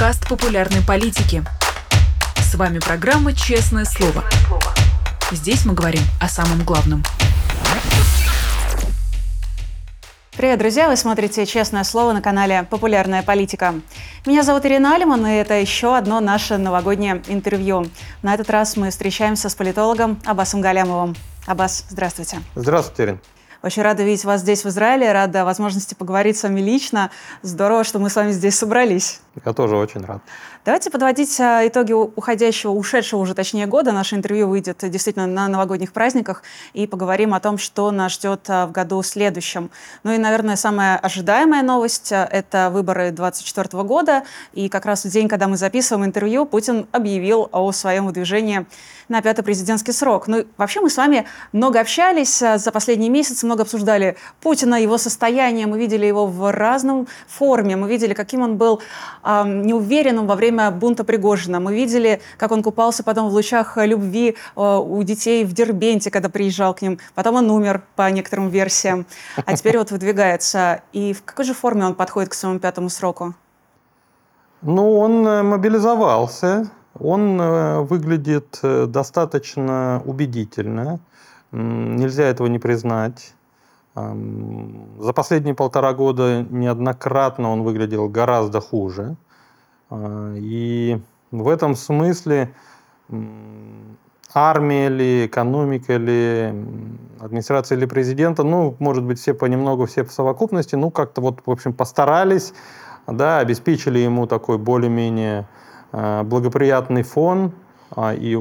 подкаст популярной политики. С вами программа «Честное слово». Здесь мы говорим о самом главном. Привет, друзья! Вы смотрите «Честное слово» на канале «Популярная политика». Меня зовут Ирина Алиман, и это еще одно наше новогоднее интервью. На этот раз мы встречаемся с политологом Аббасом Галямовым. Аббас, здравствуйте. Здравствуйте, Ирина. Очень рада видеть вас здесь, в Израиле, рада возможности поговорить с вами лично. Здорово, что мы с вами здесь собрались. Я тоже очень рад. Давайте подводить итоги ушедшего уже точнее года. Наше интервью выйдет действительно на новогодних праздниках и поговорим о том, что нас ждет в году следующем. Ну и, наверное, самая ожидаемая новость – это выборы 2024 года. И как раз в день, когда мы записываем интервью, Путин объявил о своем выдвижении на 5-й президентский срок. Ну, вообще мы с вами много общались за последние месяцы, много обсуждали Путина, его состояние. Мы видели его в разном форме. Мы видели, каким он был неуверенным во время бунта Пригожина. Мы видели, как он купался потом в лучах любви у детей в Дербенте, когда приезжал к ним. Потом он умер, по некоторым версиям. А теперь вот выдвигается. И в какой же форме он подходит к своему 5-му сроку? Ну, он мобилизовался. Он выглядит достаточно убедительно. Нельзя этого не признать. За последние 1,5 года неоднократно он выглядел гораздо хуже. И в этом смысле армия ли, экономика ли, администрация или президента, ну, может быть, все понемногу, все по совокупности, ну, как-то вот, в общем, постарались, да, обеспечили ему такой более-менее благоприятный фон, и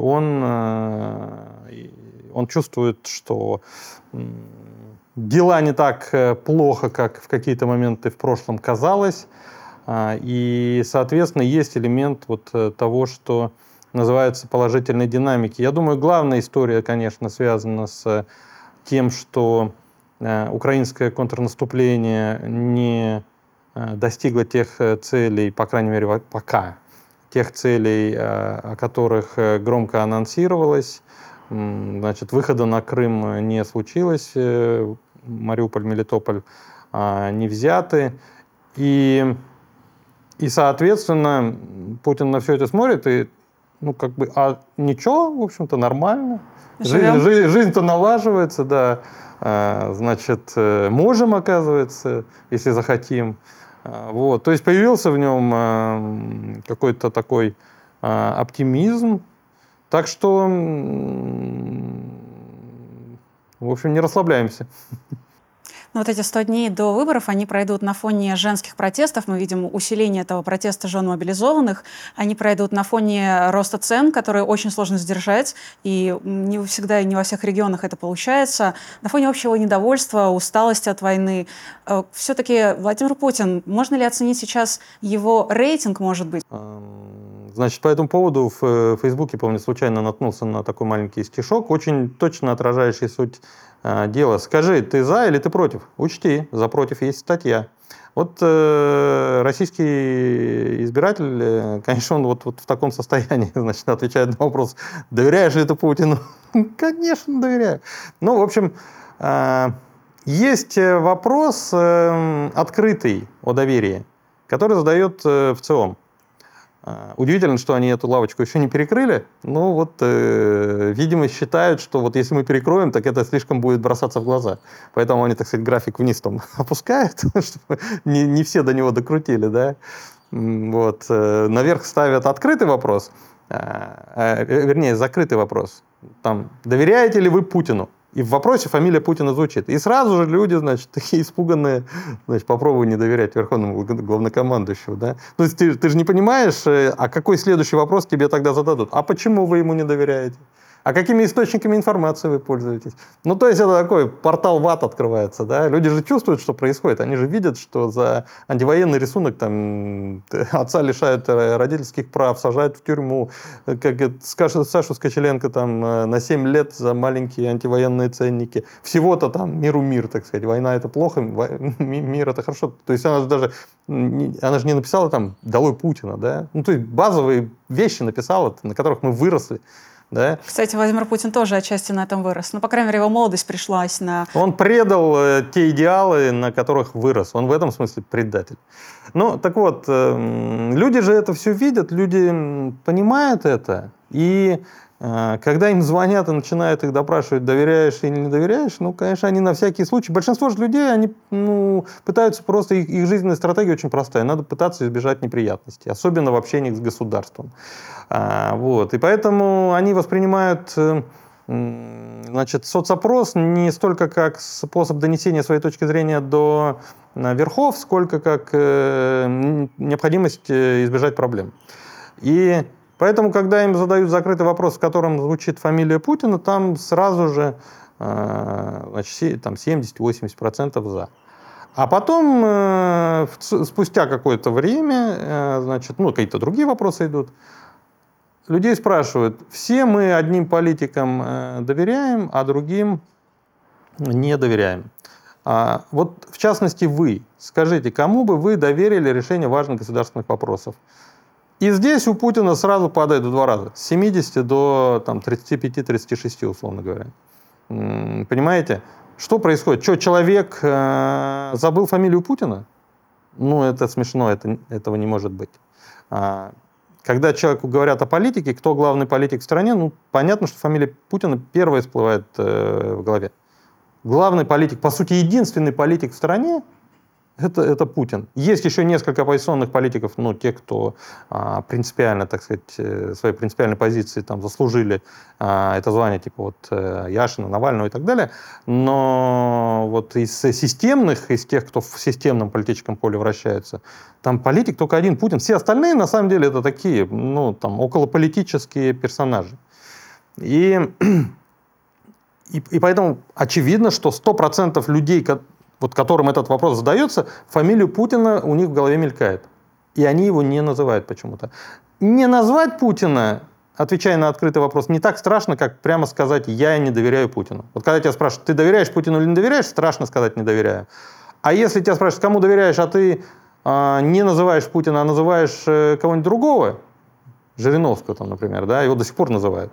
он чувствует, что дела не так плохо, как в какие-то моменты в прошлом казалось. И, соответственно, есть элемент вот того, что называется положительной динамики. Я думаю, главная история, конечно, связана с тем, что украинское контрнаступление не достигло тех целей, по крайней мере, пока, тех целей, о которых громко анонсировалось. Значит, выхода на Крым не случилось, Мариуполь, Мелитополь не взяты. И, соответственно, Путин на все это смотрит и, ну, как бы, а ничего, в общем-то, нормально. Жизнь-то налаживается, да. Значит, можем, оказывается, если захотим. Вот. То есть появился в нем какой-то такой оптимизм. Так что, в общем, не расслабляемся. Ну, вот эти 100 дней до выборов, они пройдут на фоне женских протестов. Мы видим усиление этого протеста жен мобилизованных. Они пройдут на фоне роста цен, которые очень сложно сдержать. И не всегда и не во всех регионах это получается. На фоне общего недовольства, усталости от войны. Все-таки Владимир Путин, можно ли оценить сейчас его рейтинг, может быть? Значит, по этому поводу в Фейсбуке, помню, случайно наткнулся на такой маленький стишок, очень точно отражающий суть дела. Скажи, ты за или ты против? Учти, за против есть статья. Вот российский избиратель, конечно, он вот в таком состоянии, значит, отвечает на вопрос, доверяешь ли ты Путину? Конечно, доверяю. Ну, в общем, есть вопрос открытый о доверии, который задает ВЦИОМ. Удивительно, что они эту лавочку еще не перекрыли. Ну вот, видимо, считают, что вот если мы перекроем, так это слишком будет бросаться в глаза. Поэтому они, так сказать, график вниз там опускают, чтобы не все до него докрутили, да. Вот. Наверх ставят открытый вопрос, вернее, закрытый вопрос. Там, доверяете ли вы Путину? И в вопросе фамилия Путина звучит. И сразу же люди, значит, такие испуганные, значит, попробуй не доверять верховному главнокомандующему, да. То есть ты же не понимаешь, а какой следующий вопрос тебе тогда зададут? А почему вы ему не доверяете? А какими источниками информации вы пользуетесь? Ну, то есть это такой портал в ад открывается, да? Люди же чувствуют, что происходит. Они же видят, что за антивоенный рисунок там отца лишают родительских прав, сажают в тюрьму. Как Сашу Скочеленко там на 7 лет за маленькие антивоенные ценники. Всего-то там миру мир, так сказать. Война – это плохо, мир – это хорошо. То есть она же не написала там «Долой Путина», да? Ну, то есть базовые вещи написала, на которых мы выросли. Да? Кстати, Владимир Путин тоже отчасти на этом вырос. Ну, по крайней мере, его молодость пришлась на... Он предал те идеалы, на которых вырос. Он в этом смысле предатель. Ну, так вот, люди же это все видят, люди понимают это. И когда им звонят и начинают их допрашивать, доверяешь или не доверяешь, ну, конечно, они на всякий случай. Большинство же людей, они пытаются просто, их жизненная стратегия очень простая. Надо пытаться избежать неприятностей, особенно в общении с государством. Вот. И поэтому они воспринимают соцопрос не столько как способ донесения своей точки зрения до верхов, сколько как необходимость избежать проблем. И поэтому, когда им задают закрытый вопрос, в котором звучит фамилия Путина, там сразу же 70-80% за. А потом, спустя какое-то время, какие-то другие вопросы идут, людей спрашивают, все мы одним политикам доверяем, а другим не доверяем. Вот в частности вы, скажите, кому бы вы доверили решение важных государственных вопросов? И здесь у Путина сразу падает в 2 раза. С 70 до 35-36, условно говоря. Понимаете? Что происходит? Что, человек забыл фамилию Путина? Ну, это смешно, этого не может быть. Когда человеку говорят о политике, кто главный политик в стране, ну, понятно, что фамилия Путина первая всплывает в голове. Главный политик, по сути, единственный политик в стране, это Путин. Есть еще несколько оппозиционных политиков, те, кто принципиально, так сказать, своей принципиальной позиции там заслужили это звание, типа Яшина, Навального и так далее. Но вот из системных, из тех, кто в системном политическом поле вращается, там политик только один, Путин. Все остальные, на самом деле, это такие, околополитические персонажи. И поэтому очевидно, что 100% людей, которым этот вопрос задается, фамилию Путина у них в голове мелькает. И они его не называют почему-то. Не назвать Путина, отвечая на открытый вопрос, не так страшно, как прямо сказать «я не доверяю Путину». Вот когда тебя спрашивают, ты доверяешь Путину или не доверяешь, страшно сказать «не доверяю». А если тебя спрашивают, кому доверяешь, а ты не называешь Путина, а называешь кого-нибудь другого, Жириновского, например, да, его до сих пор называют,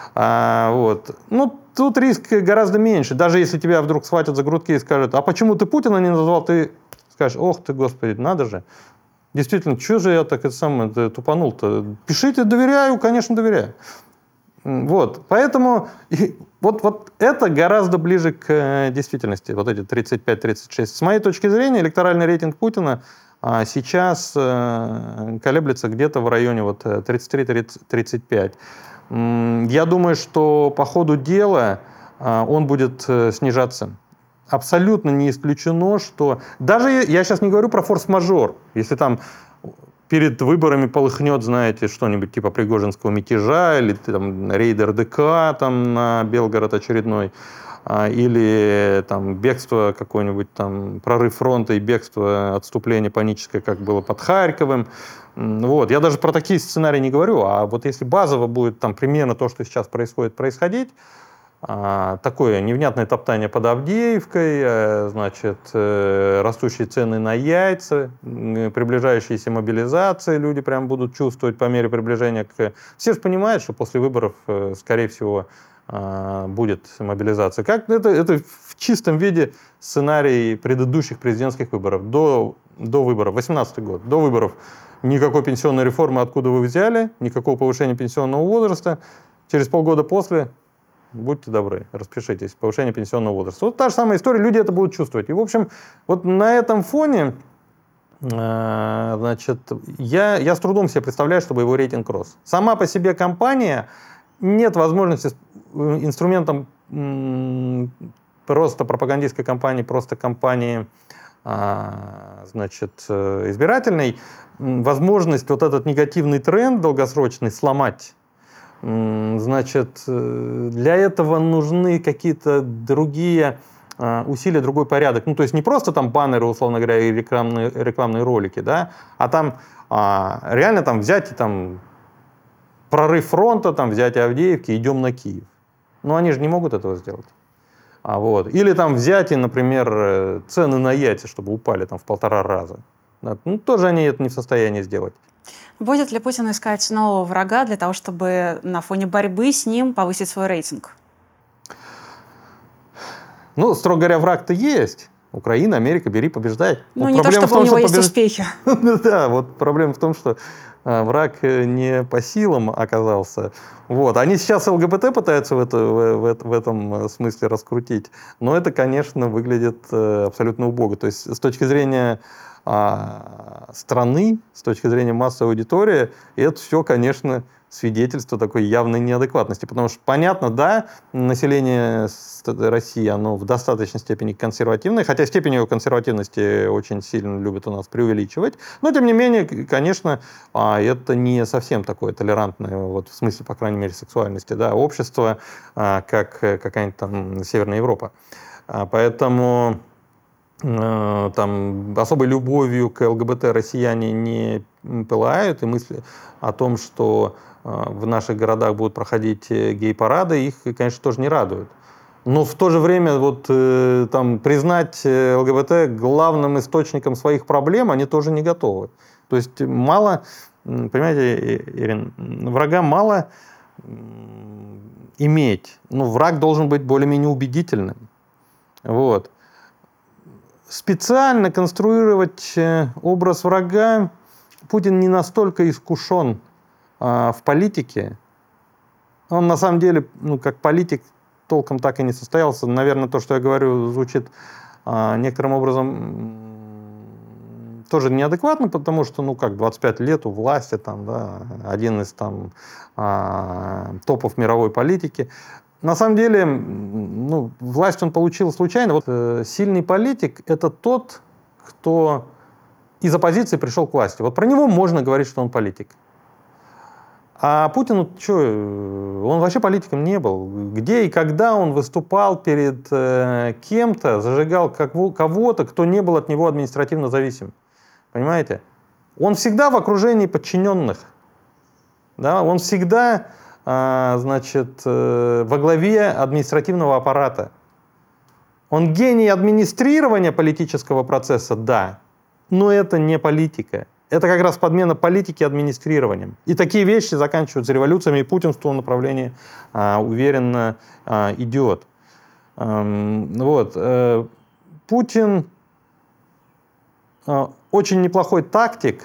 тут риск гораздо меньше. Даже если тебя вдруг схватят за грудки и скажут, а почему ты Путина не назвал, ты скажешь, ох ты, господи, надо же. Действительно, что же я так тупанул-то? Пишите, доверяю, конечно, доверяю. Вот, поэтому вот это гораздо ближе к действительности, вот эти 35-36. С моей точки зрения, электоральный рейтинг Путина сейчас колеблется где-то в районе 33-35. Я думаю, что по ходу дела он будет снижаться. Абсолютно не исключено, что... Даже я сейчас не говорю про форс-мажор. Если там перед выборами полыхнет, знаете, что-нибудь типа Пригожинского мятежа или рейд РДК на Белгород очередной, или бегство какое-нибудь, прорыв фронта и бегство, отступление паническое, как было под Харьковом. Я даже про такие сценарии не говорю, а вот если базово будет примерно то, что сейчас происходить, такое невнятное топтание под Авдеевкой, растущие цены на яйца, приближающиеся мобилизации, люди прям будут чувствовать по мере приближения к... Все же понимают, что после выборов, скорее всего, будет мобилизация. Это в чистом виде сценарий предыдущих президентских выборов. До выборов, 2018 год, до выборов никакой пенсионной реформы, откуда вы взяли, никакого повышения пенсионного возраста. Через полгода после, будьте добры, распишитесь, повышение пенсионного возраста. Вот та же самая история, люди это будут чувствовать. И, в общем, вот на этом фоне, я с трудом себе представляю, чтобы его рейтинг рос. Сама по себе компания, нет возможности инструментом просто пропагандистской кампании, просто кампании избирательной, возможность вот этот негативный тренд долгосрочный сломать. Для этого нужны какие-то другие усилия, другой порядок. То есть не просто баннеры, условно говоря, и рекламные ролики, да, а реально взять прорыв фронта, взятие Авдеевки, идем на Киев. Но они же не могут этого сделать. Или взять, например, цены на яйца, чтобы упали в 1,5 раза. Да. Ну, тоже они это не в состоянии сделать. Будет ли Путин искать нового врага для того, чтобы на фоне борьбы с ним повысить свой рейтинг? Ну, строго говоря, враг-то есть. Украина, Америка, бери, побеждай. Ну, не то, чтобы у него есть успехи. Да, вот проблема в том, что враг не по силам оказался. Вот. Они сейчас ЛГБТ пытаются в этом смысле раскрутить, но это, конечно, выглядит абсолютно убого. То есть с точки зрения страны, с точки зрения массовой аудитории, это все, конечно, свидетельство такой явной неадекватности. Потому что, понятно, да, население России, оно в достаточной степени консервативное, хотя степень его консервативности очень сильно любят у нас преувеличивать, но, тем не менее, конечно, это не совсем такое толерантное, вот, в смысле, по крайней мере, сексуальности, да, общество, как какая-нибудь там Северная Европа. Поэтому там особой любовью к ЛГБТ россияне не пылают, и мысли о том, что в наших городах будут проходить гей-парады, их, конечно, тоже не радуют. Но в то же время вот, там, признать ЛГБТ главным источником своих проблем они тоже не готовы. То есть мало, понимаете, Ирин, врага мало иметь. Ну, враг должен быть более-менее убедительным. Вот. Специально конструировать образ врага Путин не настолько искушен в политике. Он на самом деле, ну, как политик, толком так и не состоялся. Наверное, то, что я говорю, звучит некоторым образом тоже неадекватно, потому что, ну, как 25 лет у власти, там, да, один из там топов мировой политики. На самом деле, ну, власть он получил случайно. Вот сильный политик – это тот, кто из оппозиции пришел к власти. Вот про него можно говорить, что он политик. А Путин, что, он вообще политиком не был. Где и когда он выступал перед кем-то, зажигал кого-то, кто не был от него административно зависим. Понимаете? Он всегда в окружении подчиненных. Да? Он всегда, значит, во главе административного аппарата. Он гений администрирования политического процесса, да, но это не политика. Это как раз подмена политики администрированием. И такие вещи заканчиваются революциями, и Путин в том направлении уверенно идет. Вот. Путин очень неплохой тактик,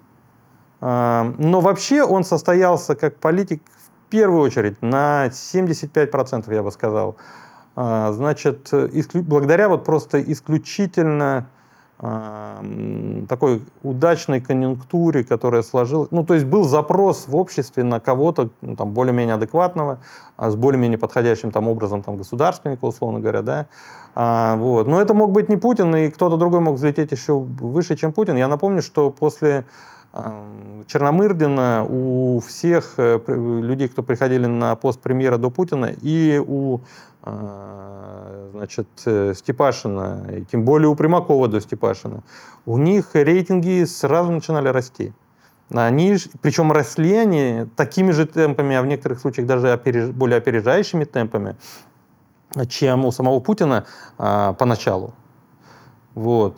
но вообще он состоялся как политик в первую очередь на 75%, я бы сказал. Значит, благодаря вот просто исключительно такой удачной конъюнктуре, которая сложилась. Ну, то есть был запрос в обществе на кого-то, ну, там, более-менее адекватного, с более-менее подходящим там образом там, государственника, условно говоря, да. Вот. Но это мог быть не Путин, и кто-то другой мог взлететь еще выше, чем Путин. Я напомню, что после Черномырдина у всех людей, кто приходили на пост премьера до Путина, и у значит, Степашина, и тем более у Примакова до Степашина, у них рейтинги сразу начинали расти. Причем росли они такими же темпами, а в некоторых случаях даже более опережающими темпами, чем у самого Путина поначалу. Вот.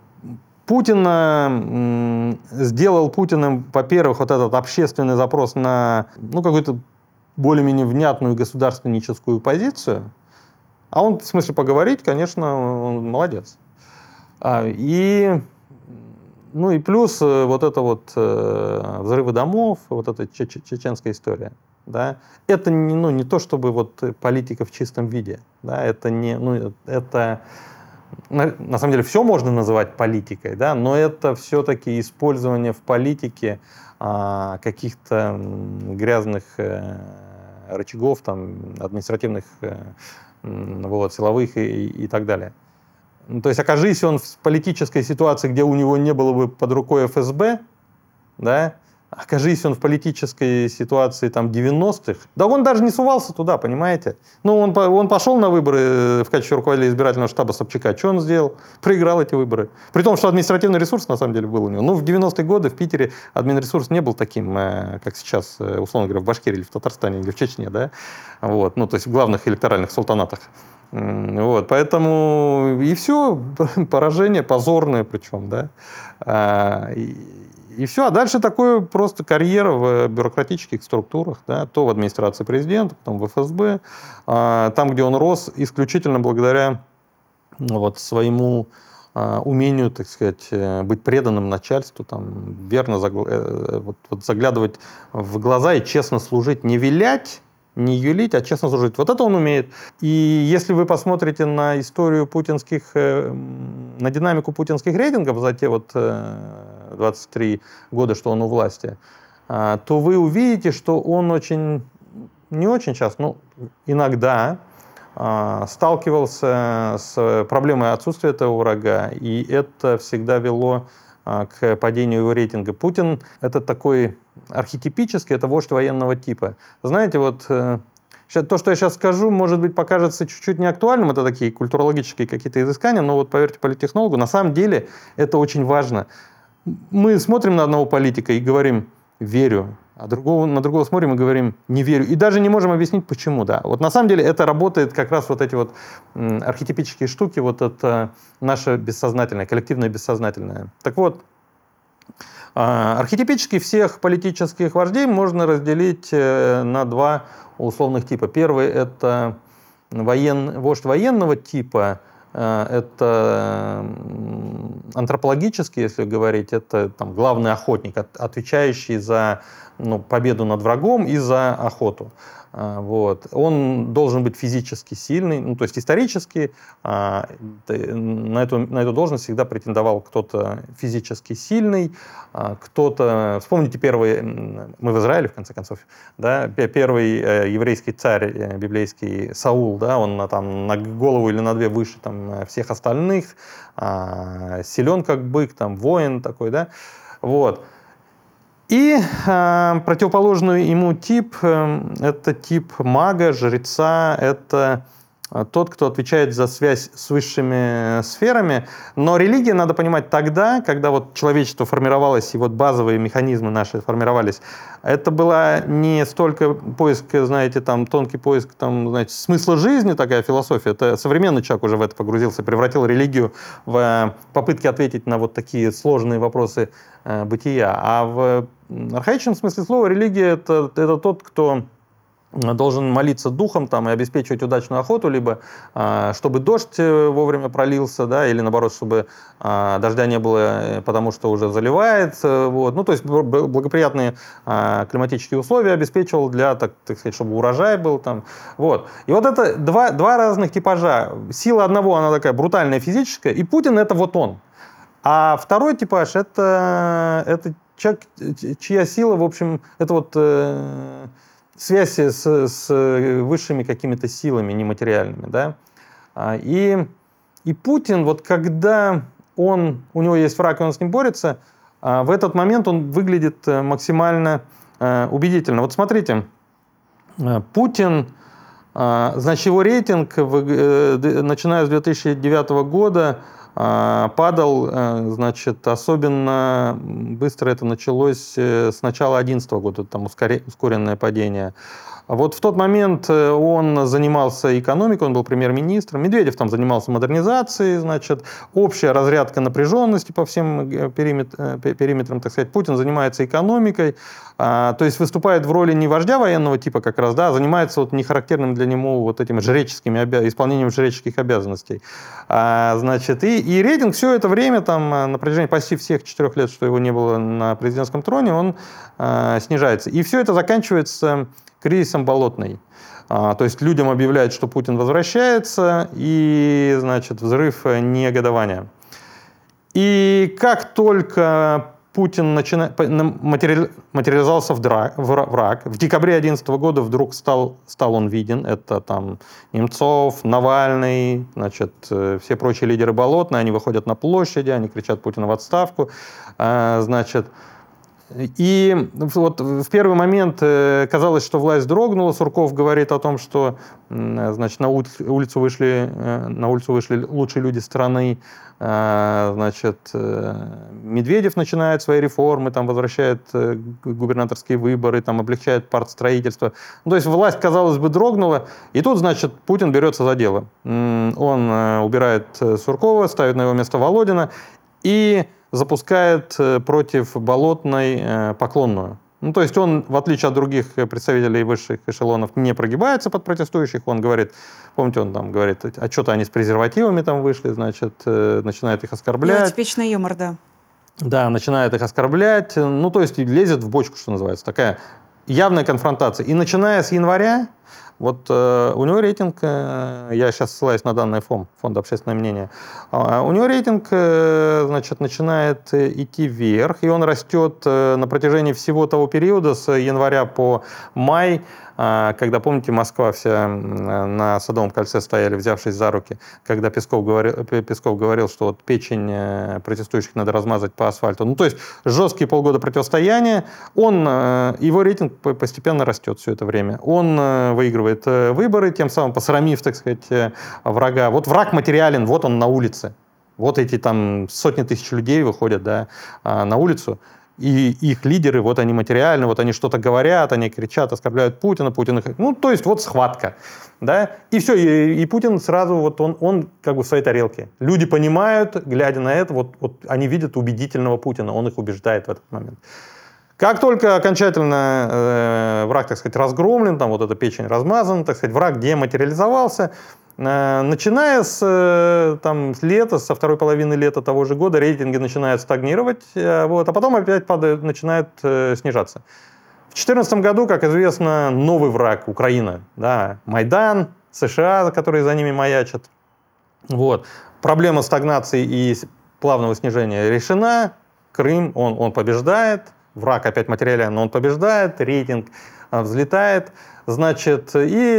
Путина сделал Путиным, во-первых, вот этот общественный запрос на какую-то более-менее внятную государственническую позицию, а он, в смысле, поговорить, конечно, он молодец. И плюс вот это вот взрывы домов, вот эта чеченская история, да, это не то, чтобы вот политика в чистом виде, да, это не, это на самом деле все можно называть политикой, да, но это все-таки использование в политике каких-то грязных рычагов, там, административных, вот, силовых и так далее. То есть, окажись он в политической ситуации, где у него не было бы под рукой ФСБ, да, окажись он в политической ситуации там 90-х, да он даже не сувался туда, понимаете? Ну, он пошел на выборы в качестве руководителя избирательного штаба Собчака. Что он сделал? Проиграл эти выборы. При том, что административный ресурс на самом деле был у него. Ну, в 90-е годы в Питере админресурс не был таким, как сейчас, условно говоря, в Башкирии или в Татарстане или в Чечне, да? Вот. Ну, то есть в главных электоральных султанатах. Вот, поэтому и все, поражение позорное причем, да. И все, а дальше такое просто карьера в бюрократических структурах, да, то в администрации президента, потом в ФСБ, там, где он рос исключительно благодаря вот своему умению, так сказать, быть преданным начальству, там, верно вот заглядывать в глаза и честно служить, не вилять, не юлить, а честно служить. Вот это он умеет. И если вы посмотрите на историю путинских, на динамику путинских рейтингов за те вот 23 года, что он у власти, то вы увидите, что он не очень часто, но иногда сталкивался с проблемой отсутствия этого врага, и это всегда вело к падению его рейтинга. Путин — это такой архетипический, это вождь военного типа. Знаете, вот то, что я сейчас скажу, может быть, покажется чуть-чуть неактуальным, это такие культурологические какие-то изыскания, но вот поверьте политтехнологу, на самом деле это очень важно. Мы смотрим на одного политика и говорим «верю», а на другого смотрим и говорим «не верю». И даже не можем объяснить, почему. Да. Вот на самом деле это работает как раз вот эти вот архетипические штуки, вот это наше бессознательное, коллективное бессознательное. Так вот, архетипически всех политических вождей можно разделить на два условных типа. Первый — это вождь военного типа. Это антропологически, если говорить, это там, главный охотник, отвечающий за победу над врагом и за охоту. Вот. Он должен быть физически сильный, то есть исторически на эту должность всегда претендовал кто-то физически сильный, кто-то... Вспомните мы в Израиле, в конце концов, да, первый еврейский царь библейский Саул, да, он там на голову или на две выше там, всех остальных, силен как бык, там, воин такой, да, вот. И противоположный ему тип – это тип мага, жреца, это тот, кто отвечает за связь с высшими сферами. Но религия надо понимать тогда, когда вот человечество формировалось, и вот базовые механизмы наши формировались. Это была не столько поиск, знаете, там, тонкий поиск, там, знаете, смысла жизни, такая философия. Это современный человек уже в это погрузился, превратил религию в попытки ответить на вот такие сложные вопросы бытия. А в архаичном смысле слова религия – это тот, кто должен молиться духом там, и обеспечивать удачную охоту, либо чтобы дождь вовремя пролился, да, или наоборот, чтобы дождя не было, потому что уже заливает. Вот. Ну, то есть благоприятные климатические условия обеспечивал для, так сказать, чтобы урожай был. Там. Вот. И вот это два разных типажа. Сила одного, она такая брутальная, физическая, и Путин — это вот он. А второй типаж — это человек, чья сила, в общем, это вот связь с высшими какими-то силами нематериальными, да. И Путин, вот когда у него есть враг, и он с ним борется, в этот момент он выглядит максимально убедительно. Вот смотрите, Путин, значит, его рейтинг, начиная с 2009 года, падал, значит, особенно быстро это началось с начала 2011 года, там ускоренное падение. Вот в тот момент он занимался экономикой, он был премьер-министром, Медведев там занимался модернизацией, значит, общая разрядка напряженности по всем периметрам, так сказать. Путин занимается экономикой, то есть выступает в роли не вождя военного типа как раз, да, а занимается вот нехарактерным для него вот этими исполнением жреческих обязанностей. Значит, и рейтинг все это время, там, на протяжении почти всех 4 лет, что его не было на президентском троне, он снижается. И все это заканчивается кризисом Болотной. То есть людям объявляют, что Путин возвращается, и, значит, взрыв негодования. И как только Путин материализовался враг, в декабре 2011 года вдруг стал он виден. Это там Немцов, Навальный, значит, все прочие лидеры Болотной, они выходят на площади, они кричат Путину в отставку. Значит, И вот в первый момент казалось, что власть дрогнула. Сурков говорит о том, что значит, на улицу вышли лучшие люди страны. Значит, Медведев начинает свои реформы, там, возвращает губернаторские выборы, там, облегчает партстроительство. Ну, то есть власть, казалось бы, дрогнула. И тут, значит, Путин берется за дело. Он убирает Суркова, ставит на его место Володина и запускает против Болотной Поклонную. Ну, то есть он, в отличие от других представителей высших эшелонов, не прогибается под протестующих. Он говорит, помните, он там говорит, а что-то они с презервативами там вышли, значит, начинает их оскорблять. Типичный юмор, да. Да, начинает их оскорблять. Ну, то есть лезет в бочку, что называется. Такая явная конфронтация. И начиная с января, вот у него рейтинг, я сейчас ссылаюсь на данные Фонда общественное мнение, у него рейтинг, значит, начинает идти вверх, и он растет на протяжении всего того периода, с января по май, когда, помните, Москва вся на Садовом кольце стояли, взявшись за руки, когда Песков говорил, что вот печень протестующих надо размазать по асфальту. Ну, то есть жесткие полгода противостояния, его рейтинг постепенно растет все это время. Он выигрывает выборы, тем самым посрамив, так сказать, врага. Вот враг материален, вот он на улице. Вот эти там сотни тысяч людей выходят, да, на улицу. И их лидеры, вот они материальны, вот они что-то говорят, они кричат, оскорбляют Путина, ну, то есть вот схватка, да, и все, и Путин сразу, вот он как бы в своей тарелке. Люди понимают, глядя на это, вот они видят убедительного Путина, он их убеждает в этот момент. Как только окончательно враг, так сказать, разгромлен, там вот эта печень размазана, так сказать, враг дематериализовался, начиная с лета, со второй половины лета того же года, рейтинги начинают стагнировать, вот, а потом опять начинают снижаться. В 2014 году, как известно, новый враг Украина, да, Майдан, США, которые за ними маячат. Вот. Проблема стагнации и плавного снижения решена. Крым, он побеждает. Враг опять материален, но он побеждает. Рейтинг взлетает. Значит,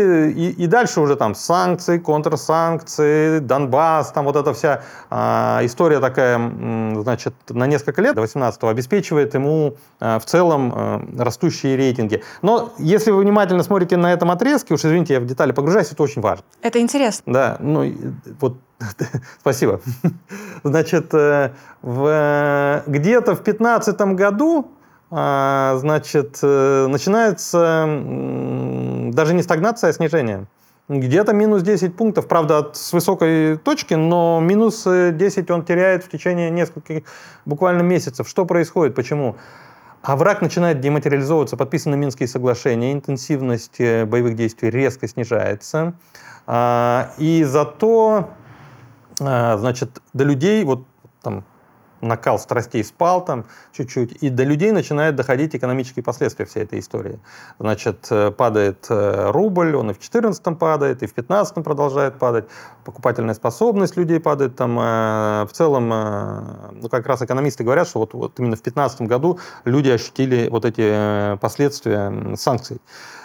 и дальше уже там санкции, контрсанкции, Донбасс, там вот эта вся история такая, значит, на несколько лет, до 18-го, обеспечивает ему в целом растущие рейтинги. Но если вы внимательно смотрите на этом отрезке, уж извините, я в детали погружаюсь, это очень важно. Это интересно. Да, ну вот, спасибо. Значит, где-то в 2015 году значит, начинается даже не стагнация, а снижение. Где-то минус 10 пунктов, правда, с высокой точки, но минус 10 он теряет в течение нескольких буквально месяцев. Что происходит? Почему? А враг начинает дематериализовываться, подписаны Минские соглашения, интенсивность боевых действий резко снижается. И зато, значит, до людей, вот там, накал страстей спал там чуть-чуть, и до людей начинают доходить экономические последствия всей этой истории. Значит, падает рубль, он и в 2014 падает, и в 2015 продолжает падать, покупательная способность людей падает, там, в целом, ну, как раз экономисты говорят, что вот именно в 2015 году люди ощутили вот эти последствия санкций.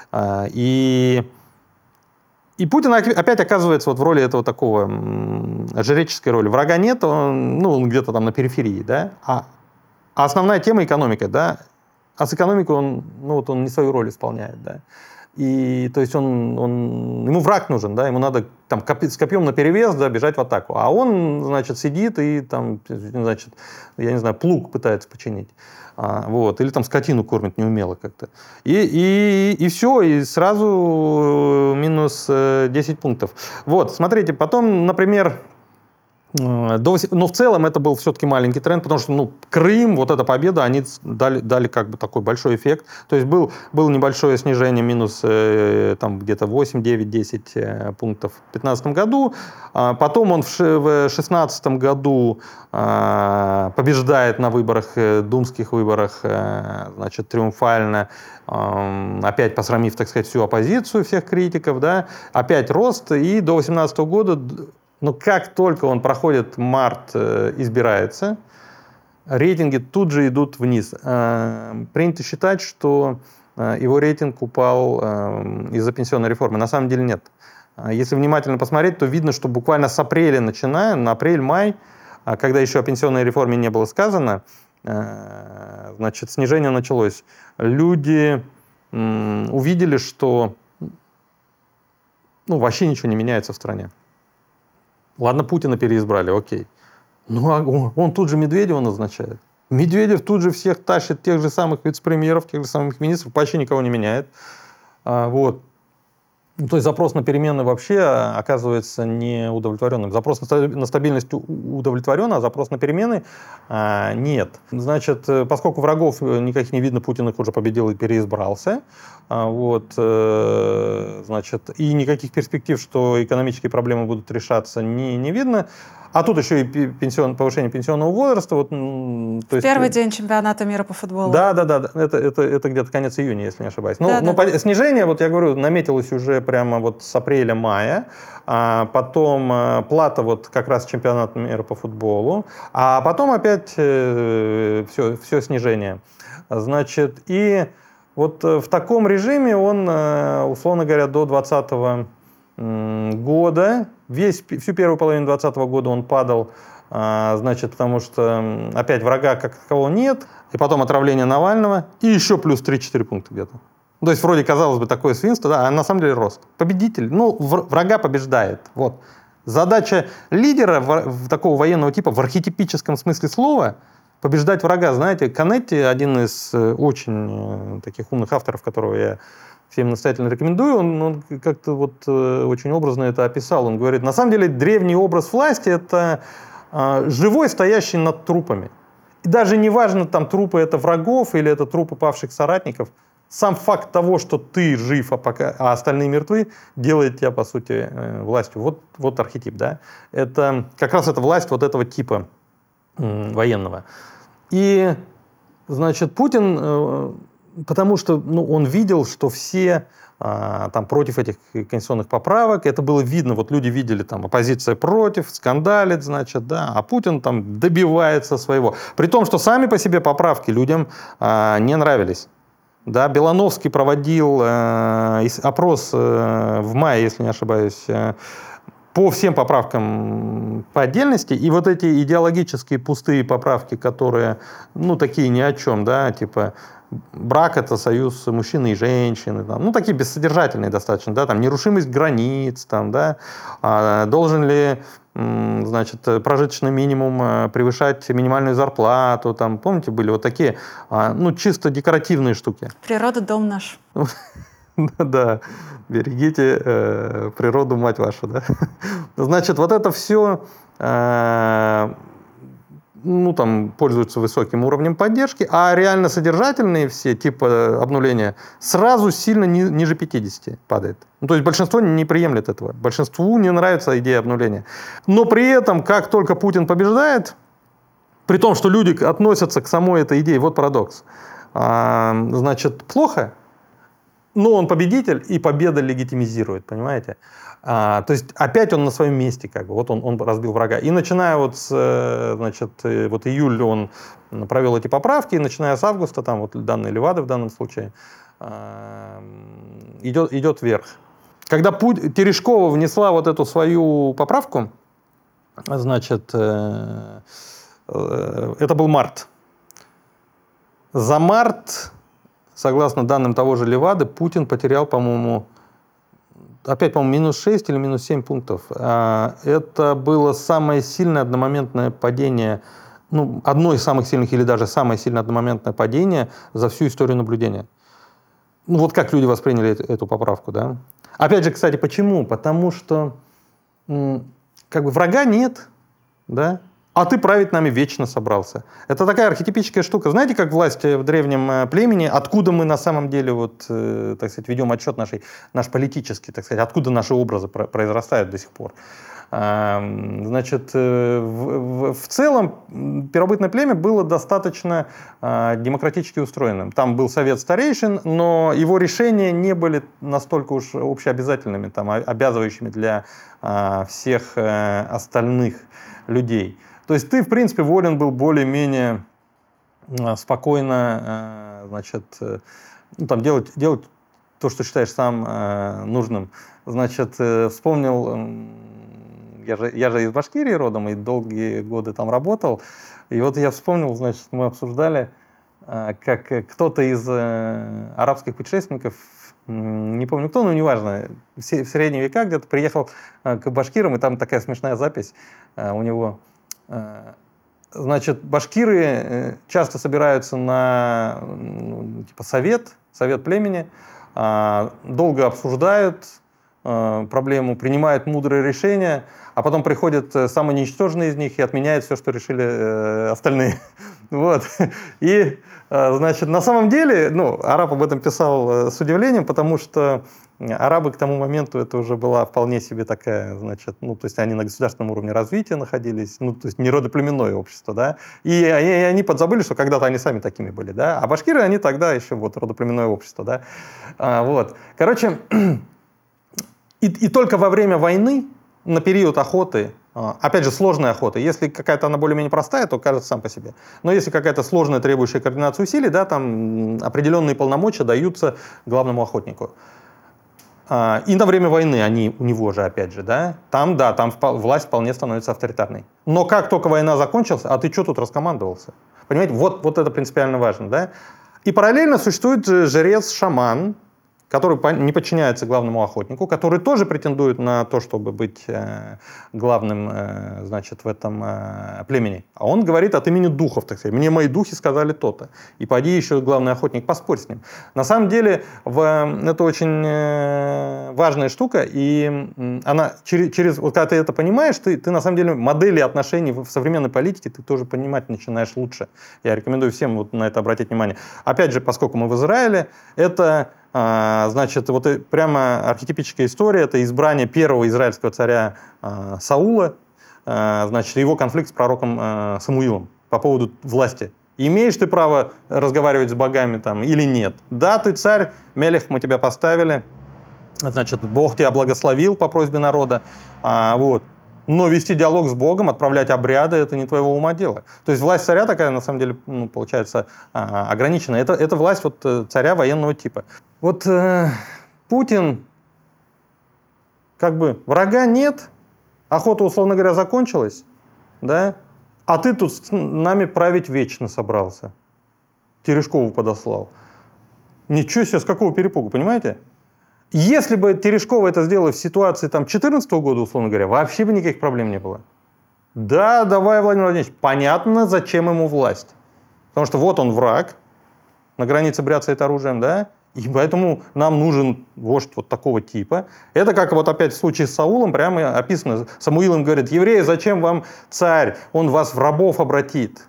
И Путин опять оказывается вот в роли этого такого жреческой роли. Врага нет, он где-то там на периферии, да, а основная тема экономика, да, а с экономикой он не свою роль исполняет, да. И то есть ему враг нужен, да, ему надо там с копьем наперевес, да, бежать в атаку. А он, значит, сидит и там, значит, я не знаю, плуг пытается починить. Вот, или там скотину кормит неумело как-то. И все, и сразу минус 10 пунктов. Вот, смотрите, потом, например, но в целом это был все-таки маленький тренд, потому что Крым, вот эта победа, они дали как бы такой большой эффект. То есть было небольшое снижение, минус там где-то 8, 9, 10 пунктов в 2015 году. Потом он в 2016 году побеждает на выборах, думских выборах, значит, триумфально, опять посрамив, так сказать, всю оппозицию, всех критиков, да, опять рост, и до 2018 года... Но как только он проходит март, избирается, рейтинги тут же идут вниз. Принято считать, что его рейтинг упал из-за пенсионной реформы. На самом деле нет. Если внимательно посмотреть, то видно, что буквально с апреля начиная, на апрель-май, когда еще о пенсионной реформе не было сказано, значит, снижение началось. Люди увидели, что вообще ничего не меняется в стране. Ладно, Путина переизбрали, окей. Он тут же Медведева назначает. Медведев тут же всех тащит, тех же самых вице-премьеров, тех же самых министров, почти никого не меняет. Вот. То есть запрос на перемены вообще оказывается неудовлетворенным. Запрос на стабильность удовлетворен, а запрос на перемены нет. Значит, поскольку врагов никаких не видно, Путин их уже победил и переизбрался. Вот, значит, и никаких перспектив, что экономические проблемы будут решаться, не видно. А тут еще и повышение пенсионного возраста. Вот, то есть, первый день чемпионата мира по футболу. Да. Это где-то конец июня, если не ошибаюсь. Снижение, вот я говорю, наметилось уже прямо вот с апреля-мая. Потом плата вот как раз чемпионат мира по футболу. А потом опять все снижение. Значит, и вот в таком режиме он, условно говоря, до 2020 года, всю первую половину 2020 года он падал, значит, потому что опять врага как такового нет, и потом отравление Навального, и еще плюс 3-4 пункта где-то. То есть вроде, казалось бы, такое свинство, да, а на самом деле рост. Победитель, врага побеждает. Вот. Задача лидера такого военного типа в архетипическом смысле слова побеждать врага. Знаете, Канетти, один из очень таких умных авторов, которого я всем настоятельно рекомендую, он как-то вот очень образно это описал. Он говорит, на самом деле древний образ власти – это живой, стоящий над трупами. И даже не важно, там трупы это врагов или это трупы павших соратников, сам факт того, что ты жив, а остальные мертвы, делает тебя, по сути, властью. Вот архетип, да? Это как раз эта власть вот этого типа военного. И, значит, Путин, потому что он видел, что все там против этих конституционных поправок, это было видно, вот люди видели, там, оппозиция против, скандалит, значит, да, а Путин там добивается своего. При том, что сами по себе поправки людям не нравились. Да, Белановский проводил опрос в мае, если не ошибаюсь, по всем поправкам по отдельности, и вот эти идеологические пустые поправки, которые, такие ни о чем, да, типа брак – это союз мужчины и женщины, там, такие бессодержательные достаточно, да, там, нерушимость границ, там, да, должен ли, значит, прожиточный минимум превышать минимальную зарплату, там, помните, были вот такие, чисто декоративные штуки. Природа – дом наш. Да, берегите природу, мать вашу, да. Значит, вот это все, пользуются высоким уровнем поддержки, а реально содержательные все типа обнуления сразу сильно ниже 50 падает. То есть большинство не приемлет этого. Большинству не нравится идея обнуления. Но при этом, как только Путин побеждает, при том, что люди относятся к самой этой идее, вот парадокс, значит, плохо, но он победитель, и победа легитимизирует, понимаете? То есть опять он на своем месте, как бы, вот он разбил врага. И начиная вот с, значит, вот июля он провел эти поправки, и начиная с августа, там вот данные Левады в данном случае, идет вверх. Когда Терешкова внесла вот эту свою поправку, значит, это был март. За март, согласно данным того же Левады, Путин потерял, по-моему, опять, по-моему, минус 6 или минус 7 пунктов. Это было самое сильное одномоментное падение, одно из самых сильных или даже самое сильное одномоментное падение за всю историю наблюдения. Вот как люди восприняли эту поправку, да? Опять же, кстати, почему? Потому что как бы врага нет, да? А ты править нами вечно собрался. Это такая архетипическая штука. Знаете, как власть в древнем племени, откуда мы на самом деле, вот, так сказать, ведем отчет наш политический, так сказать, откуда наши образы произрастают до сих пор. Значит, в целом первобытное племя было достаточно демократически устроенным. Там был совет старейшин, но его решения не были настолько уж общеобязательными, там, обязывающими для всех остальных людей. То есть ты, в принципе, волен был более-менее спокойно, значит, там делать то, что считаешь сам нужным. Значит, вспомнил я же из Башкирии родом и долгие годы там работал. И вот я вспомнил, значит, мы обсуждали, как кто-то из арабских путешественников, не помню кто, но неважно, в средние века где-то приехал к башкирам, и там такая смешная запись у него. Значит, башкиры часто собираются на типа совет племени, долго обсуждают проблему, принимают мудрые решения, а потом приходит самый ничтожный из них и отменяет все, что решили остальные. Вот. И, значит, на самом деле, араб об этом писал с удивлением, потому что арабы к тому моменту это уже была вполне себе такая, значит, то есть они на государственном уровне развития находились, то есть не родоплеменное общество, да, и они подзабыли, что когда-то они сами такими были, да, а башкиры, они тогда еще родоплеменное общество, да, вот. Короче, и только во время войны, на период охоты, опять же, сложной охоты, если какая-то она более-менее простая, то кажется сам по себе. Но если какая-то сложная, требующая координации усилий, да, там определенные полномочия даются главному охотнику. И на время войны они у него же, опять же, да, там власть вполне становится авторитарной. Но как только война закончилась, а ты что тут раскомандовался? Понимаете, вот это принципиально важно, да. И параллельно существует жрец-шаман, который не подчиняется главному охотнику, который тоже претендует на то, чтобы быть главным, значит, в этом племени. А он говорит от имени духов, так сказать. Мне мои духи сказали то-то. И поди еще главный охотник, поспорь с ним. На самом деле, это очень важная штука, и она вот когда ты это понимаешь, ты на самом деле модели отношений в современной политике ты тоже понимать начинаешь лучше. Я рекомендую всем вот на это обратить внимание. Опять же, поскольку мы в Израиле, это... Значит, вот прямо архетипическая история — это избрание первого израильского царя Саула, значит, его конфликт с пророком Самуилом по поводу власти. Имеешь ты право разговаривать с богами там или нет? Да, ты царь, Мелех, мы тебя поставили, значит, Бог тебя благословил по просьбе народа, вот. Но вести диалог с Богом, отправлять обряды — это не твоего ума дело. То есть власть царя такая, на самом деле, получается, ограниченная. Это власть царя военного типа. Вот Путин, как бы, врага нет, охота, условно говоря, закончилась, да, а ты тут с нами править вечно собрался. Терешкову подослал. Ничего себе, с какого перепугу, понимаете? Если бы Терешкова это сделала в ситуации 2014 года, условно говоря, вообще бы никаких проблем не было. Да, давай, Владимир Владимирович, понятно, зачем ему власть. Потому что вот он враг, на границе бряцает оружием, да, и поэтому нам нужен вождь вот такого типа. Это как вот опять в случае с Саулом прямо описано. Самуил им говорит: евреи, зачем вам царь? Он вас в рабов обратит.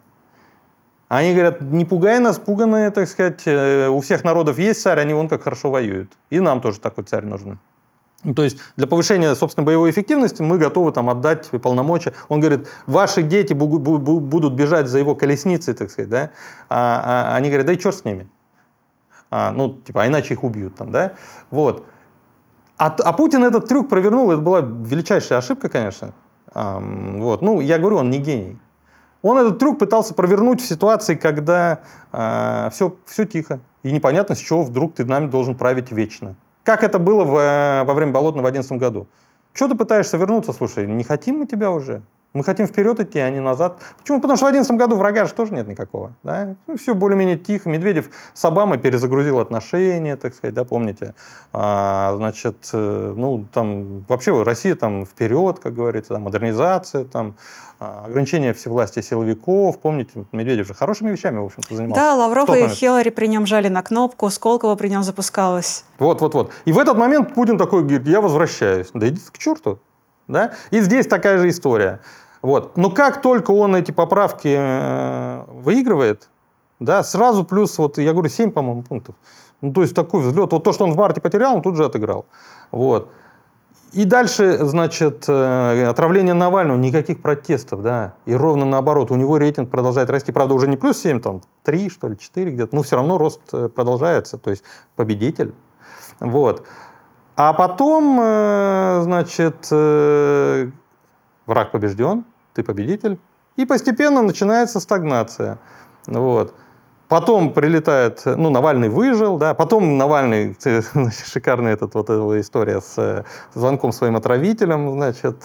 Они говорят: не пугай нас, пуганые, так сказать, у всех народов есть царь, они вон как хорошо воюют. И нам тоже такой царь нужен. То есть для повышения собственной боевой эффективности мы готовы отдать полномочия. Он говорит: ваши дети будут бежать за его колесницей, так сказать, да? Они говорят: да и черт с ними. А иначе их убьют там, да? Вот. А Путин этот трюк провернул, это была величайшая ошибка, конечно. Вот. Я говорю, он не гений. Он этот трюк пытался провернуть в ситуации, когда все тихо. И непонятно, с чего вдруг ты нами должен править вечно. Как это было во время Болотного в 2011 году. Чего ты пытаешься вернуться? Слушай, не хотим мы тебя уже. Мы хотим вперед идти, а не назад. Почему? Потому что в 2011 году врага же тоже нет никакого. Да? Все более-менее тихо. Медведев с Обамой перезагрузил отношения, так сказать, да, помните. Значит, там вообще Россия там вперед, как говорится, там, модернизация, там, ограничение всевластия силовиков. Помните, Медведев же хорошими вещами, в общем-то, занимался. Да, Лавров и Хиллари при нем жали на кнопку, Сколково при нем запускалось. Вот. И в этот момент Путин такой говорит: я возвращаюсь. Да идите к черту. Да? И здесь такая же история. Вот. Но как только он эти поправки выигрывает, да, сразу плюс, я говорю, 7, по-моему, пунктов. То есть такой взлет. Вот то, что он в марте потерял, он тут же отыграл. Вот. И дальше, значит, отравление Навального, никаких протестов, да. И ровно наоборот, у него рейтинг продолжает расти. Правда, уже не плюс 7, там, 3, что ли, 4 где-то. Но все равно рост продолжается. То есть победитель. Вот. А потом, значит, враг побежден, ты победитель, и постепенно начинается стагнация. Вот. Потом прилетает, Навальный выжил, да, потом Навальный, шикарная эта история с звонком своим отравителям, значит,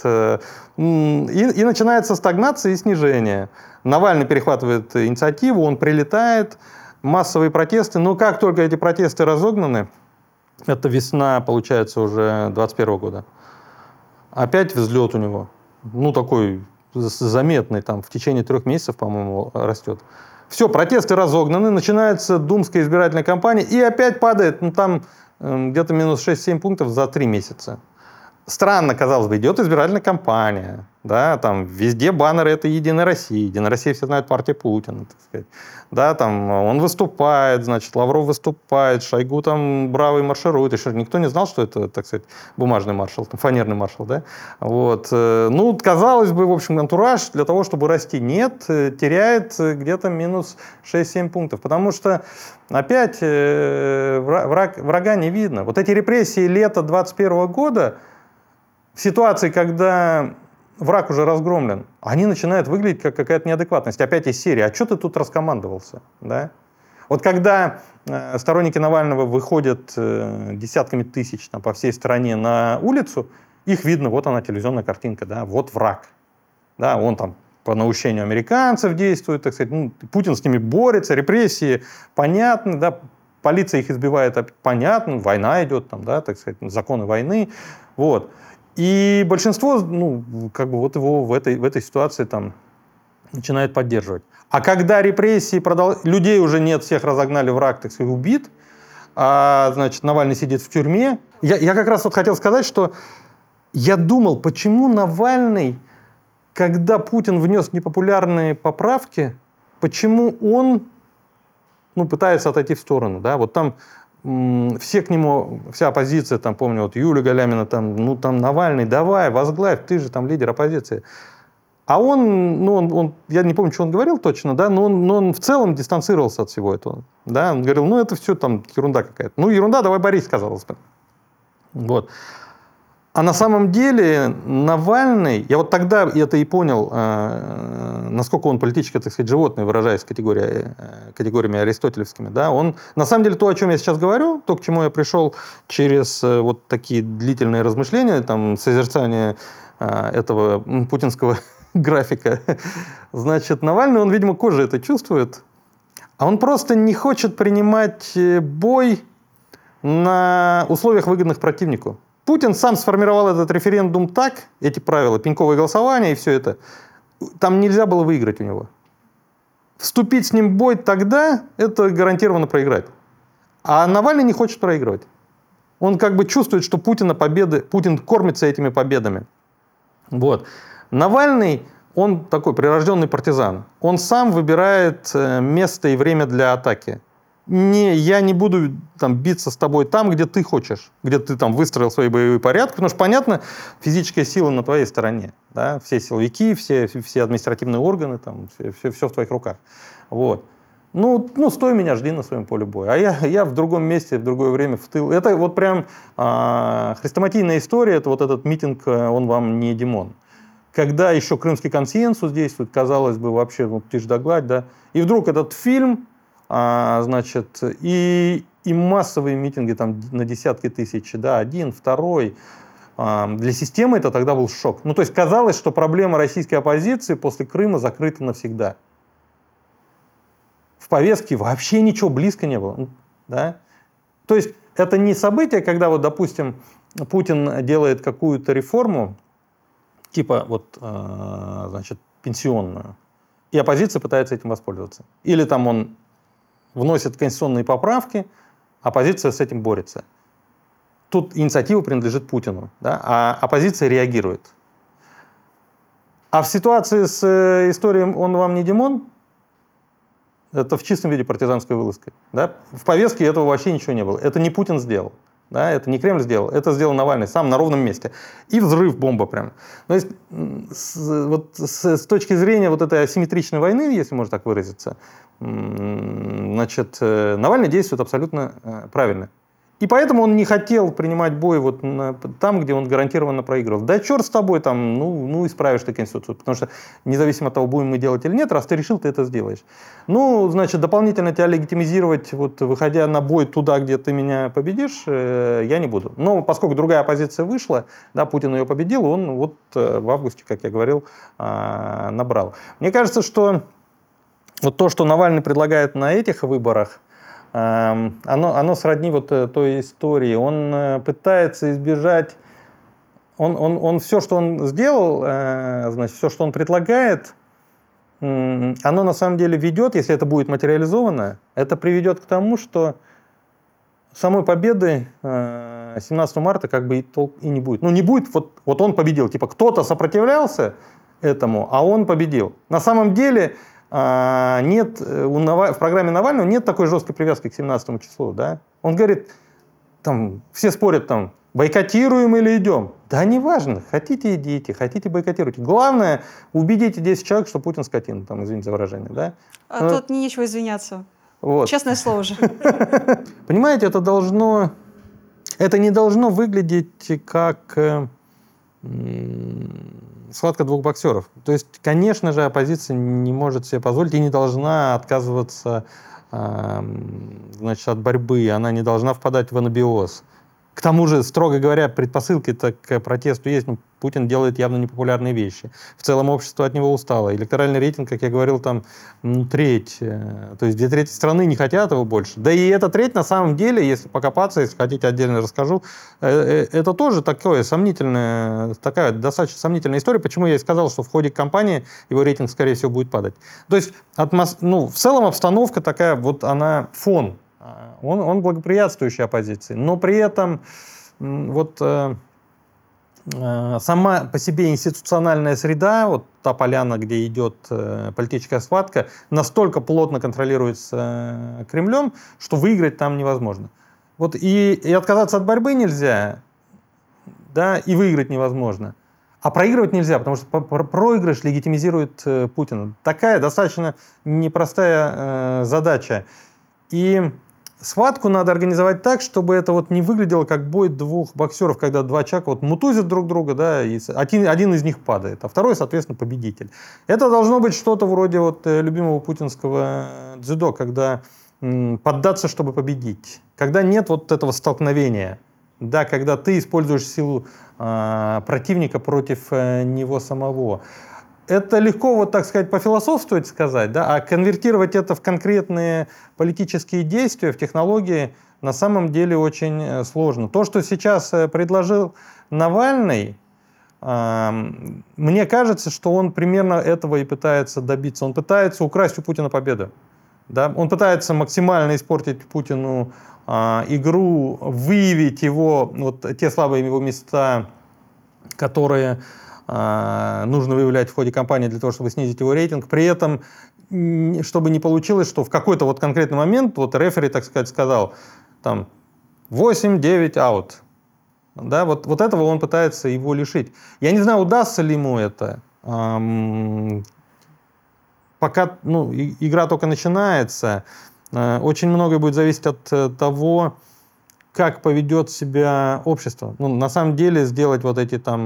и начинается стагнация и снижение. Навальный перехватывает инициативу, он прилетает, массовые протесты, но как только эти протесты разогнаны, это весна, получается, уже 2021 года, опять взлет у него, такой заметный, там, в течение 3 месяцев, по-моему, растет. Все, протесты разогнаны, начинается думская избирательная кампания, и опять падает, где-то минус 6-7 пунктов за 3 месяца. Странно, казалось бы, идет избирательная кампания, да, там везде баннеры — это «Единая Россия». «Единая Россия» все знают, партия Путина, так сказать. Да, там он выступает, значит, Лавров выступает, Шойгу там бравый марширует. Еще никто не знал, что это, так сказать, бумажный маршал, там, фанерный маршал, да. Вот. Казалось бы, в общем, антураж для того, чтобы расти. Нет, теряет где-то минус 6-7 пунктов. Потому что опять врага не видно. Вот эти репрессии лета 2021 года, в ситуации, когда враг уже разгромлен, они начинают выглядеть как какая-то неадекватность. Опять из серии: а что ты тут раскомандовался? Да? Вот когда сторонники Навального выходят десятками тысяч по всей стране на улицу, их видно, вот она, телевизионная картинка, да, вот враг. Да, он там по наущению американцев действует, так сказать, Путин с ними борется, репрессии понятны, да, полиция их избивает, понятно, война идет, там, да, так сказать, законы войны, вот. И большинство, его в этой ситуации там начинает поддерживать. А когда репрессии людей уже нет, всех разогнали, враг, так сказать, убит, значит, Навальный сидит в тюрьме. Я как раз хотел сказать, что я думал, почему Навальный, когда Путин внес непопулярные поправки, почему он пытается отойти в сторону, да, вот там все к нему, вся оппозиция, там, помню, вот Юлия Галямина, там Навальный, давай, возглавь, ты же там лидер оппозиции. А он, я не помню, что он говорил точно, да, но он в целом дистанцировался от всего этого. Да? Он говорил, это все там ерунда какая-то. Ерунда, давай борись, казалось бы. Вот. А на самом деле Навальный, я вот тогда это и понял, насколько он политически, так сказать, животное, выражаясь категориями аристотелевскими, да, он, на самом деле, то, о чем я сейчас говорю, то, к чему я пришел через вот такие длительные размышления, там, созерцание этого путинского графика, значит, Навальный, он, видимо, кожей это чувствует, а он просто не хочет принимать бой на условиях, выгодных противнику. Путин сам сформировал этот референдум так, эти правила, пеньковое голосование и все это, там нельзя было выиграть у него. Вступить с ним в бой тогда, это гарантированно проиграть. А Навальный не хочет проигрывать. Он как бы чувствует, что Путин кормится этими победами. Вот. Навальный, он такой прирожденный партизан. Он сам выбирает место и время для атаки. Я не буду биться с тобой там, где ты хочешь, где ты там выстроил свои боевые порядки, потому что, понятно, физическая сила на твоей стороне. Да? Все силовики, все административные органы, все в твоих руках. Вот. Стой меня, жди на своем поле боя. А я в другом месте, в другое время, в тыл. Это вот прям хрестоматийная история, это вот этот митинг «Он вам не Димон». Когда еще крымский консенсус действует, казалось бы, вообще тишь да гладь, да, и вдруг этот фильм, значит, и массовые митинги там на десятки тысяч, да, один, второй. Для системы это тогда был шок. То есть казалось, что проблема российской оппозиции после Крыма закрыта навсегда. В повестке вообще ничего близко не было. Да? То есть это не событие, когда, вот, допустим, Путин делает какую-то реформу, типа, значит, пенсионную, и оппозиция пытается этим воспользоваться. Или там он вносит конституционные поправки, оппозиция с этим борется. Тут инициатива принадлежит Путину, да, а оппозиция реагирует. А в ситуации с историей «Он вам не Димон» это в чистом виде партизанская вылазка. Да? В повестке этого вообще ничего не было. Это не Путин сделал. Да? Это не Кремль сделал. Это сделал Навальный сам на ровном месте. И взрыв, бомба прям. То есть с точки зрения вот этой асимметричной войны, если можно так выразиться, значит, Навальный действует абсолютно правильно. И поэтому он не хотел принимать бой вот там, где он гарантированно проигрывал. Да черт с тобой, там, ну исправишь ты Конституцию. Потому что независимо от того, будем мы делать или нет, раз ты решил, ты это сделаешь. Ну, значит, дополнительно тебя легитимизировать, вот, выходя на бой туда, где ты меня победишь, я не буду. Но поскольку другая оппозиция вышла, да, Путин ее победил, он вот в августе, как я говорил, набрал. Мне кажется, что вот то, что Навальный предлагает на этих выборах, оно сродни вот той истории. Он пытается избежать... Он все, что он сделал, значит, все, что он предлагает, оно на самом деле ведет, если это будет материализовано, это приведет к тому, что самой победы 17 марта как бы и не будет. Ну, не будет, вот он победил. Типа кто-то сопротивлялся этому, а он победил. На самом деле нет, в программе Навального нет такой жесткой привязки к 17 числу. Да? Он говорит, там, все спорят, там, бойкотируем или идем. Да неважно, хотите идите, хотите бойкотируйте. Главное, убедите 10 человек, что Путин скотина, там, извините за выражение. Да? Тут нечего извиняться. Вот. Честное слово же. Понимаете, это не должно выглядеть как схватка двух боксеров. То есть, конечно же, оппозиция не может себе позволить и не должна отказываться, значит, от борьбы, она не должна впадать в анабиоз. К тому же, строго говоря, предпосылки-то к протесту есть. Путин делает явно непопулярные вещи. В целом общество от него устало. Электоральный рейтинг, как я говорил, там треть. То есть 2/3 страны не хотят его больше. Да и эта треть, на самом деле, если покопаться, если хотите, отдельно расскажу, это тоже такая достаточно сомнительная история. Почему я и сказал, что в ходе кампании его рейтинг, скорее всего, будет падать. То есть в целом обстановка такая, вот она фон. Он благоприятствующий оппозиции, но при этом вот сама по себе институциональная среда, вот та поляна, где идет политическая схватка, настолько плотно контролируется Кремлем, что выиграть там невозможно. Вот и отказаться от борьбы нельзя, да, и выиграть невозможно. А проигрывать нельзя, потому что проигрыш легитимизирует Путина. Такая достаточно непростая задача. И схватку надо организовать так, чтобы это вот не выглядело как бой двух боксеров, когда два человека вот мутузят друг друга, да, и один из них падает, а второй, соответственно, победитель. Это должно быть что-то вроде вот любимого путинского дзюдо, когда поддаться, чтобы победить. Когда нет вот этого столкновения, да, когда ты используешь силу противника против него самого. Это легко, вот так сказать, пофилософствовать сказать, да, а конвертировать это в конкретные политические действия, в технологии, на самом деле очень сложно. То, что сейчас предложил Навальный, мне кажется, что он примерно этого и пытается добиться. Он пытается украсть у Путина победу. Да? Он пытается максимально испортить Путину игру, выявить его, вот те слабые его места, которые нужно выявлять в ходе кампании для того, чтобы снизить его рейтинг. При этом, чтобы не получилось, что в какой-то вот конкретный момент вот рефери, так сказать, сказал, там, 8-9 аут. Да, вот этого он пытается его лишить. Я не знаю, удастся ли ему это. Пока игра только начинается. Очень многое будет зависеть от того, как поведет себя общество. На самом деле сделать вот эти там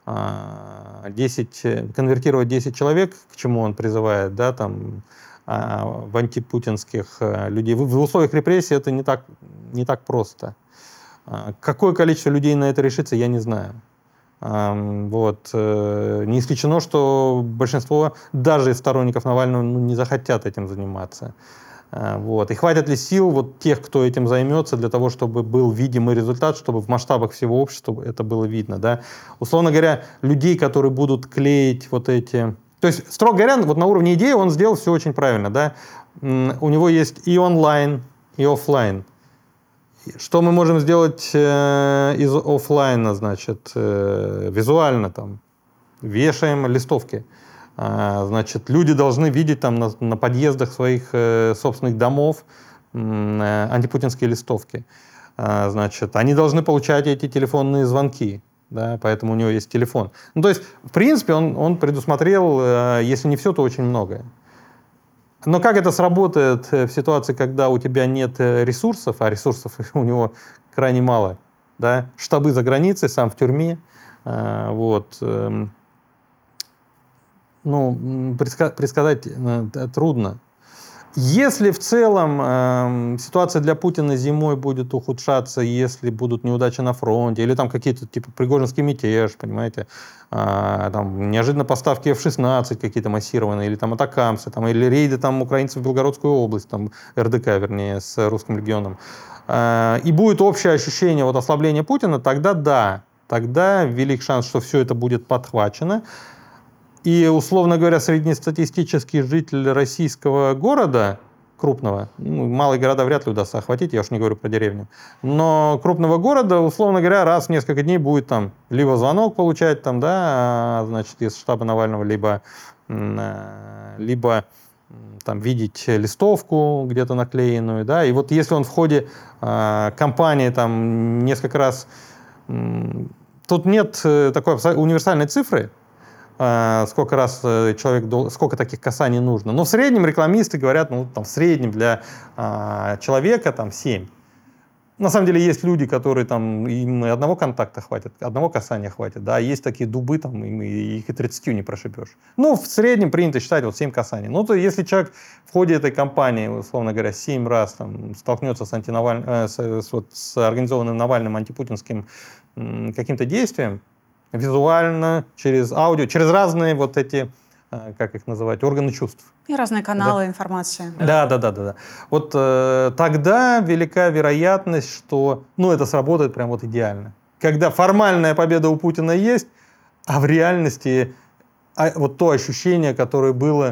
конвертировать 10 человек, к чему он призывает, да, там, в антипутинских людей. В условиях репрессий это не так просто. Какое количество людей на это решится, я не знаю. Вот. Не исключено, что большинство, даже из сторонников Навального, не захотят этим заниматься. Вот. И хватит ли сил вот тех, кто этим займется, для того, чтобы был видимый результат, чтобы в масштабах всего общества это было видно. Да? Условно говоря, людей, которые будут клеить вот эти... То есть, строго говоря, вот на уровне идеи он сделал все очень правильно. Да? У него есть и онлайн, и офлайн. Что мы можем сделать из офлайна, значит, визуально там? Вешаем листовки. Значит, люди должны видеть там на подъездах своих собственных домов антипутинские листовки. Значит, они должны получать эти телефонные звонки, да, поэтому у него есть телефон. То есть, в принципе, он предусмотрел, если не все, то очень многое. Но как это сработает в ситуации, когда у тебя нет ресурсов, а ресурсов у него крайне мало, да? Штабы за границей, сам в тюрьме, вот. Ну, предсказать трудно. Если в целом ситуация для Путина зимой будет ухудшаться, если будут неудачи на фронте, или там какие-то типа Пригожинский мятеж, понимаете, там неожиданно поставки F-16 какие-то массированные, или там атакамсы, там, или рейды там украинцев в Белгородскую область, там РДК, вернее, с русским легионом, и будет общее ощущение вот ослабления Путина, тогда да, тогда велик шанс, что все это будет подхвачено. И, условно говоря, среднестатистический житель российского города, крупного, малые города вряд ли удастся охватить, я уж не говорю про деревню, но крупного города, условно говоря, раз в несколько дней будет там либо звонок получать, там, да, значит, из штаба Навального, либо там, видеть листовку где-то наклеенную, да, и вот если он в ходе кампании там несколько раз... Тут нет такой универсальной цифры, сколько раз сколько таких касаний нужно. Но в среднем рекламисты говорят, ну, там, в среднем для человека там 7. На самом деле есть люди, которые там, им одного контакта хватит, одного касания хватит, да, есть такие дубы, там, их и 30 не прошибешь. Ну, в среднем принято считать вот 7 касаний. Ну, то если человек в ходе этой кампании, условно говоря, 7 раз там, столкнется с организованным Навальным антипутинским каким-то действием, визуально, через аудио, через разные вот эти, как их называть, органы чувств. И разные каналы информации. Да. Вот тогда велика вероятность, что это сработает прям вот идеально. Когда формальная победа у Путина есть, а в реальности вот то ощущение, которое было,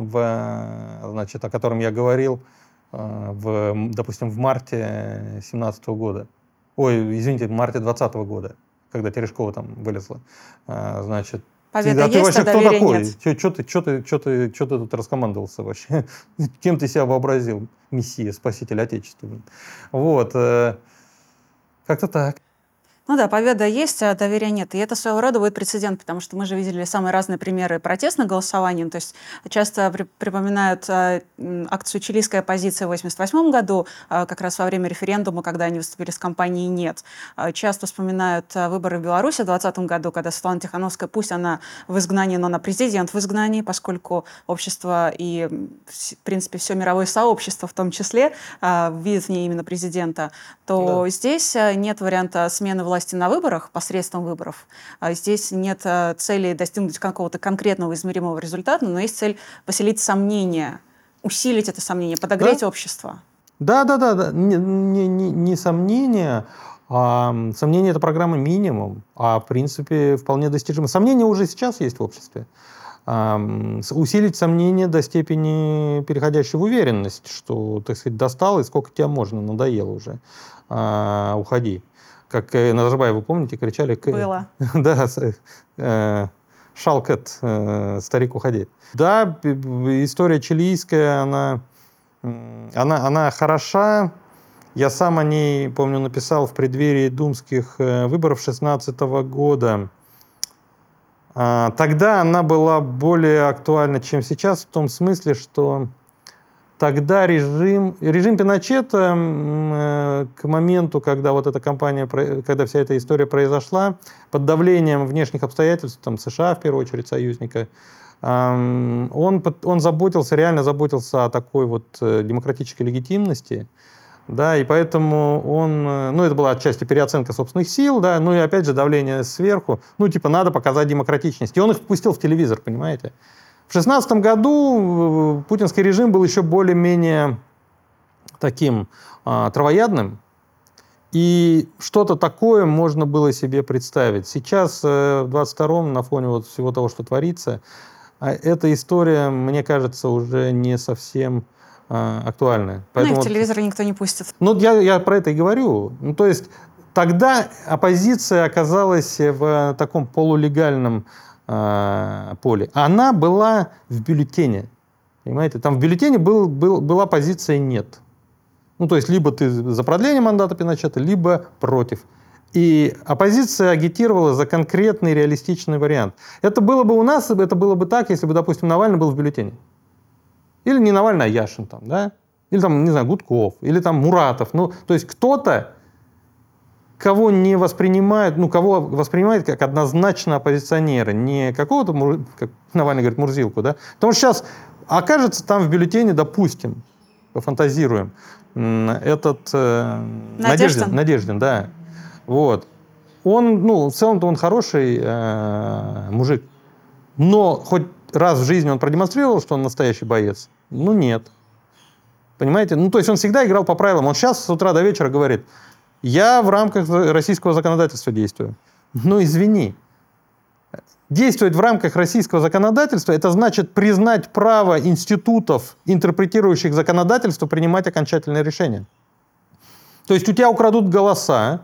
значит, о котором я говорил, допустим, в марте 2017 года. Ой, извините, в марте 2020 года. Когда Терешкова там вылезла, значит, победа ты вообще кто такой? Нет. Что ты тут раскомандовался вообще? Кем ты себя вообразил? Мессия, спаситель Отечества. Вот. Как-то так. Ну да, победа есть, а доверия нет. И это своего рода будет прецедент, потому что мы же видели самые разные примеры протестных голосований. То есть часто припоминают акцию чилийской оппозиции в 1988 году, как раз во время референдума, когда они выступили с кампанией «Нет». Часто вспоминают выборы в Беларуси в 2020 году, когда Светлана Тихановская, пусть она в изгнании, но она президент в изгнании, поскольку общество и, в принципе, все мировое сообщество в том числе видит в ней именно президента, то здесь нет варианта смены власти на выборах, посредством выборов. Здесь нет цели достигнуть какого-то конкретного измеримого результата, но есть цель поселить сомнения, усилить это сомнение, подогреть общество. Да. Не сомнения, а сомнения — это программа минимум, а в принципе вполне достижимо. Сомнения уже сейчас есть в обществе. Усилить сомнения до степени, переходящей в уверенность, что, так сказать, достал и сколько тебя можно, надоело уже, уходи. Как на Назарбаева, помните, кричали... Было. Да, шалкет, старик, уходи. Да, история чилийская, она хороша. Я сам о ней, помню, написал в преддверии думских выборов 2016 года. Тогда она была более актуальна, чем сейчас, в том смысле, что тогда режим Пиночета к моменту, когда вот эта кампания, когда вся эта история произошла, под давлением внешних обстоятельств, там США в первую очередь, союзника, он реально заботился о такой вот демократической легитимности, да, и поэтому это была отчасти переоценка собственных сил, да, и опять же давление сверху, надо показать демократичность. И он их впустил в телевизор, понимаете? В 2016 году путинский режим был еще более-менее таким травоядным, и что-то такое можно было себе представить. Сейчас, в 22-м, на фоне вот всего того, что творится, эта история, мне кажется, уже не совсем актуальная. Поэтому и в телевизор никто не пустит. Я про это и говорю. То есть тогда оппозиция оказалась в таком полулегальном поле. Она была в бюллетене. Понимаете? Там в бюллетене была позиция «нет». То есть либо ты за продление мандата Пиночета, либо против. И оппозиция агитировала за конкретный реалистичный вариант. Это было бы у нас, это было бы так, если бы, допустим, Навальный был в бюллетене. Или не Навальный, а Яшин там, да? Или там, не знаю, Гудков, или там Муратов. Ну, то есть кто-то, кого не воспринимают, ну, кого воспринимают как однозначно оппозиционера, не какого-то, как Навальный говорит, Мурзилку, да? Потому что сейчас окажется там в бюллетене, допустим, пофантазируем, этот Надеждин, да. Вот. Он, ну, в целом-то он хороший мужик. Но хоть раз в жизни он продемонстрировал, что он настоящий боец? Ну, нет. Понимаете? Ну, то есть он всегда играл по правилам. Он сейчас с утра до вечера говорит, я в рамках российского законодательства действую. Ну, извини. Действовать в рамках российского законодательства – это значит признать право институтов, интерпретирующих законодательство, принимать окончательные решения. То есть у тебя украдут голоса,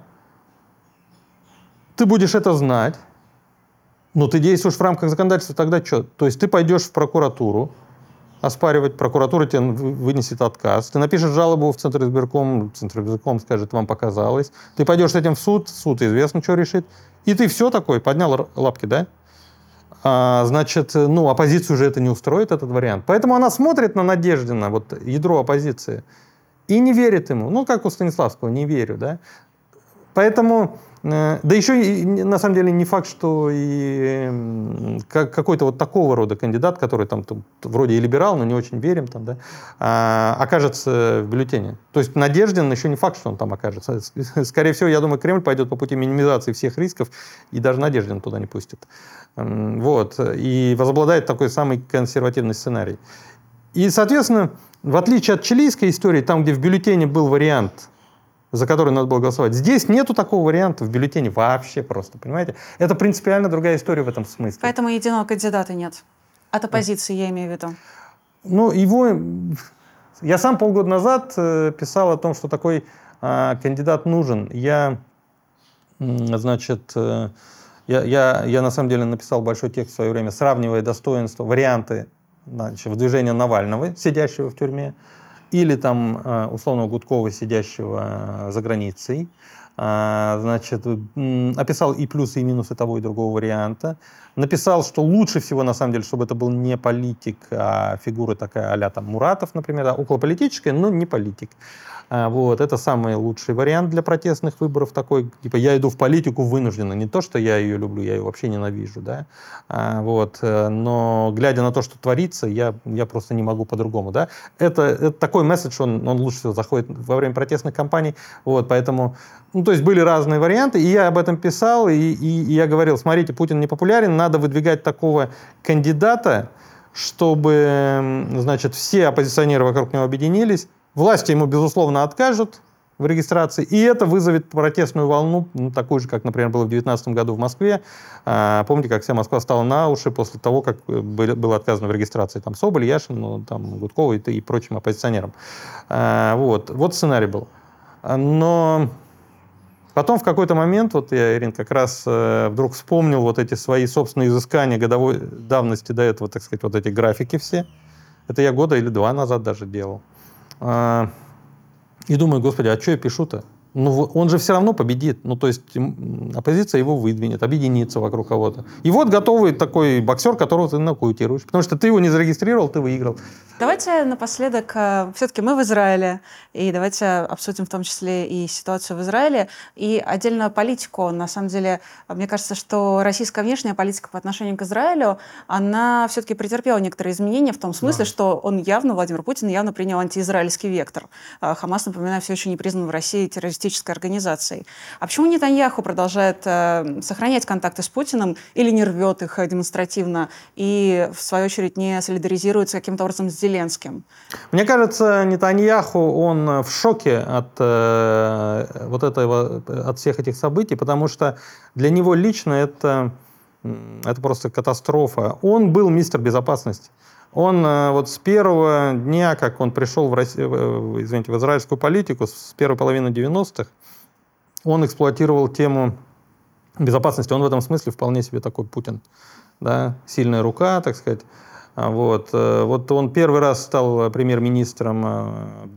ты будешь это знать, но ты действуешь в рамках законодательства, тогда что? То есть ты пойдешь в прокуратуру оспаривать, прокуратура тебе вынесет отказ, ты напишешь жалобу в Центр избирком скажет, вам показалось, ты пойдешь с этим в суд известно, что решит, и ты все такое, поднял лапки, да? Значит, ну, оппозицию же это не устроит, этот вариант. Поэтому она смотрит на Надеждина, вот ядро оппозиции, и не верит ему. Ну, как у Станиславского, не верю, да? Поэтому, да еще и, на самом деле не факт, что и какой-то вот такого рода кандидат, который там вроде и либерал, но не очень верим, там, да, окажется в бюллетене. То есть Надеждин еще не факт, что он там окажется. Скорее всего, я думаю, Кремль пойдет по пути минимизации всех рисков, и даже Надеждин туда не пустит. Вот. И возобладает такой самый консервативный сценарий. И, соответственно, в отличие от чилийской истории, там, где в бюллетене был вариант, за который надо было голосовать. Здесь нету такого варианта в бюллетене вообще просто, понимаете? Это принципиально другая история в этом смысле. Поэтому единого кандидата нет. От оппозиции, я имею в виду. Ну, его... Я сам полгода назад писал о том, что такой кандидат нужен. Я на самом деле написал большой текст в свое время, сравнивая достоинства, варианты выдвижения Навального, сидящего в тюрьме, или там условного Гудкова, сидящего за границей. Значит, описал и плюсы, и минусы того и другого варианта. Написал, что лучше всего, на самом деле, чтобы это был не политик, а фигура такая а-ля там Муратов, например, околополитическая, но не политик. Вот, это самый лучший вариант для протестных выборов такой, типа я иду в политику вынужденно, не то, что я ее люблю, я ее вообще ненавижу, да, вот, но глядя на то, что творится, я просто не могу по-другому, да, это такой месседж, он лучше всего заходит во время протестных кампаний, вот, поэтому, ну, то есть были разные варианты, и я об этом писал, и я говорил, смотрите, Путин не популярен, надо выдвигать такого кандидата, чтобы, значит, все оппозиционеры вокруг него объединились. Власти ему, безусловно, откажут в регистрации, и это вызовет протестную волну, ну, такую же, как, например, было в 2019 году в Москве. Помните, как вся Москва стала на уши после того, как было отказано в регистрации там, Соболь, Яшин, ну, там, Гудкова и прочим оппозиционерам. Вот сценарий был. Но потом в какой-то момент, вот я, Ирин, как раз вдруг вспомнил вот эти свои собственные изыскания годовой давности до этого, так сказать, вот эти графики все. Это я года или 2 назад даже делал. И думаю, господи, а что я пишу-то? Ну, он же все равно победит. Ну, то есть оппозиция его выдвинет, объединится вокруг кого-то. И вот готовый такой боксер, которого ты нокаутируешь. Потому что ты его не зарегистрировал, ты выиграл. Давайте напоследок, все-таки мы в Израиле, и давайте обсудим в том числе и ситуацию в Израиле, и отдельно политику. На самом деле, мне кажется, что российская внешняя политика по отношению к Израилю, она все-таки претерпела некоторые изменения в том смысле, что он явно, Владимир Путин, явно принял антиизраильский вектор. Хамас, напоминаю, все еще не признан в России террористической организацией. А почему Нетаньяху продолжает сохранять контакты с Путиным или не рвет их демонстративно и, в свою очередь, не солидаризируется каким-то образом с Зеленским? Мне кажется, Нетаньяху, он в шоке от всех этих событий, потому что для него лично это просто катастрофа. Он был мистер безопасности. Он вот с первого дня, как он пришел в израильскую политику, с первой половины 90-х, он эксплуатировал тему безопасности. Он в этом смысле вполне себе такой Путин. Да? Сильная рука, так сказать. Вот он первый раз стал премьер-министром в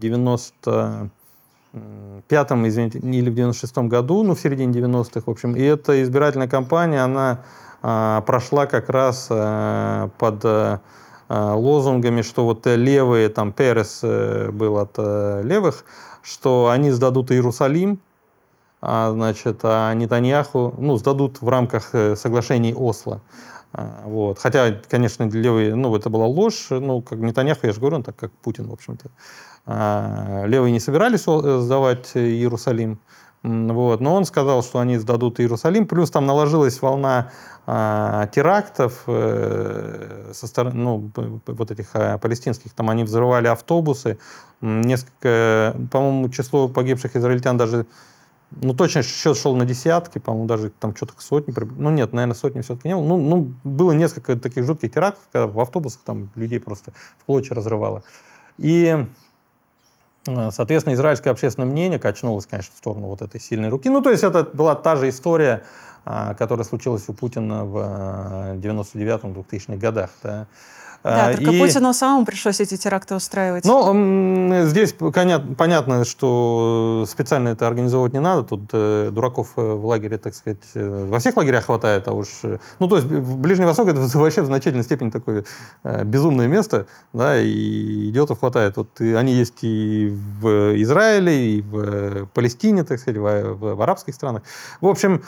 95-м, извините, или в 96-м году, ну, в середине 90-х, в общем. И эта избирательная кампания, она прошла как раз под лозунгами, что вот левые, там Перес был от левых, что они сдадут Иерусалим, значит, а Нетаньяху, сдадут в рамках соглашений Осло. Вот. Хотя, конечно, левые, это была ложь, как Нетаньяху, я же говорю, он так как Путин, в общем-то. Левые не собирались сдавать Иерусалим, вот. Но он сказал, что они сдадут Иерусалим, плюс там наложилась волна терактов со стороны, вот этих палестинских, там они взрывали автобусы, несколько, по-моему, число погибших израильтян даже, точно счет шел на десятки, по-моему, даже там что-то к сотне, нет, наверное, сотни все-таки не было, было несколько таких жутких терактов, когда в автобусах там людей просто в клочья разрывало. И, соответственно, израильское общественное мнение качнулось, конечно, в сторону вот этой сильной руки. То есть это была та же история, которая случилась у Путина в 99-2000-х годах. Да. Да, только Путину самому пришлось эти теракты устраивать. Здесь понятно, что специально это организовывать не надо. Тут дураков в лагере, так сказать, во всех лагерях хватает, а уж... то есть Ближний Восток — это вообще в значительной степени такое безумное место, да, и идиотов хватает. Они есть и в Израиле, и в Палестине, так сказать, в арабских странах. В общем,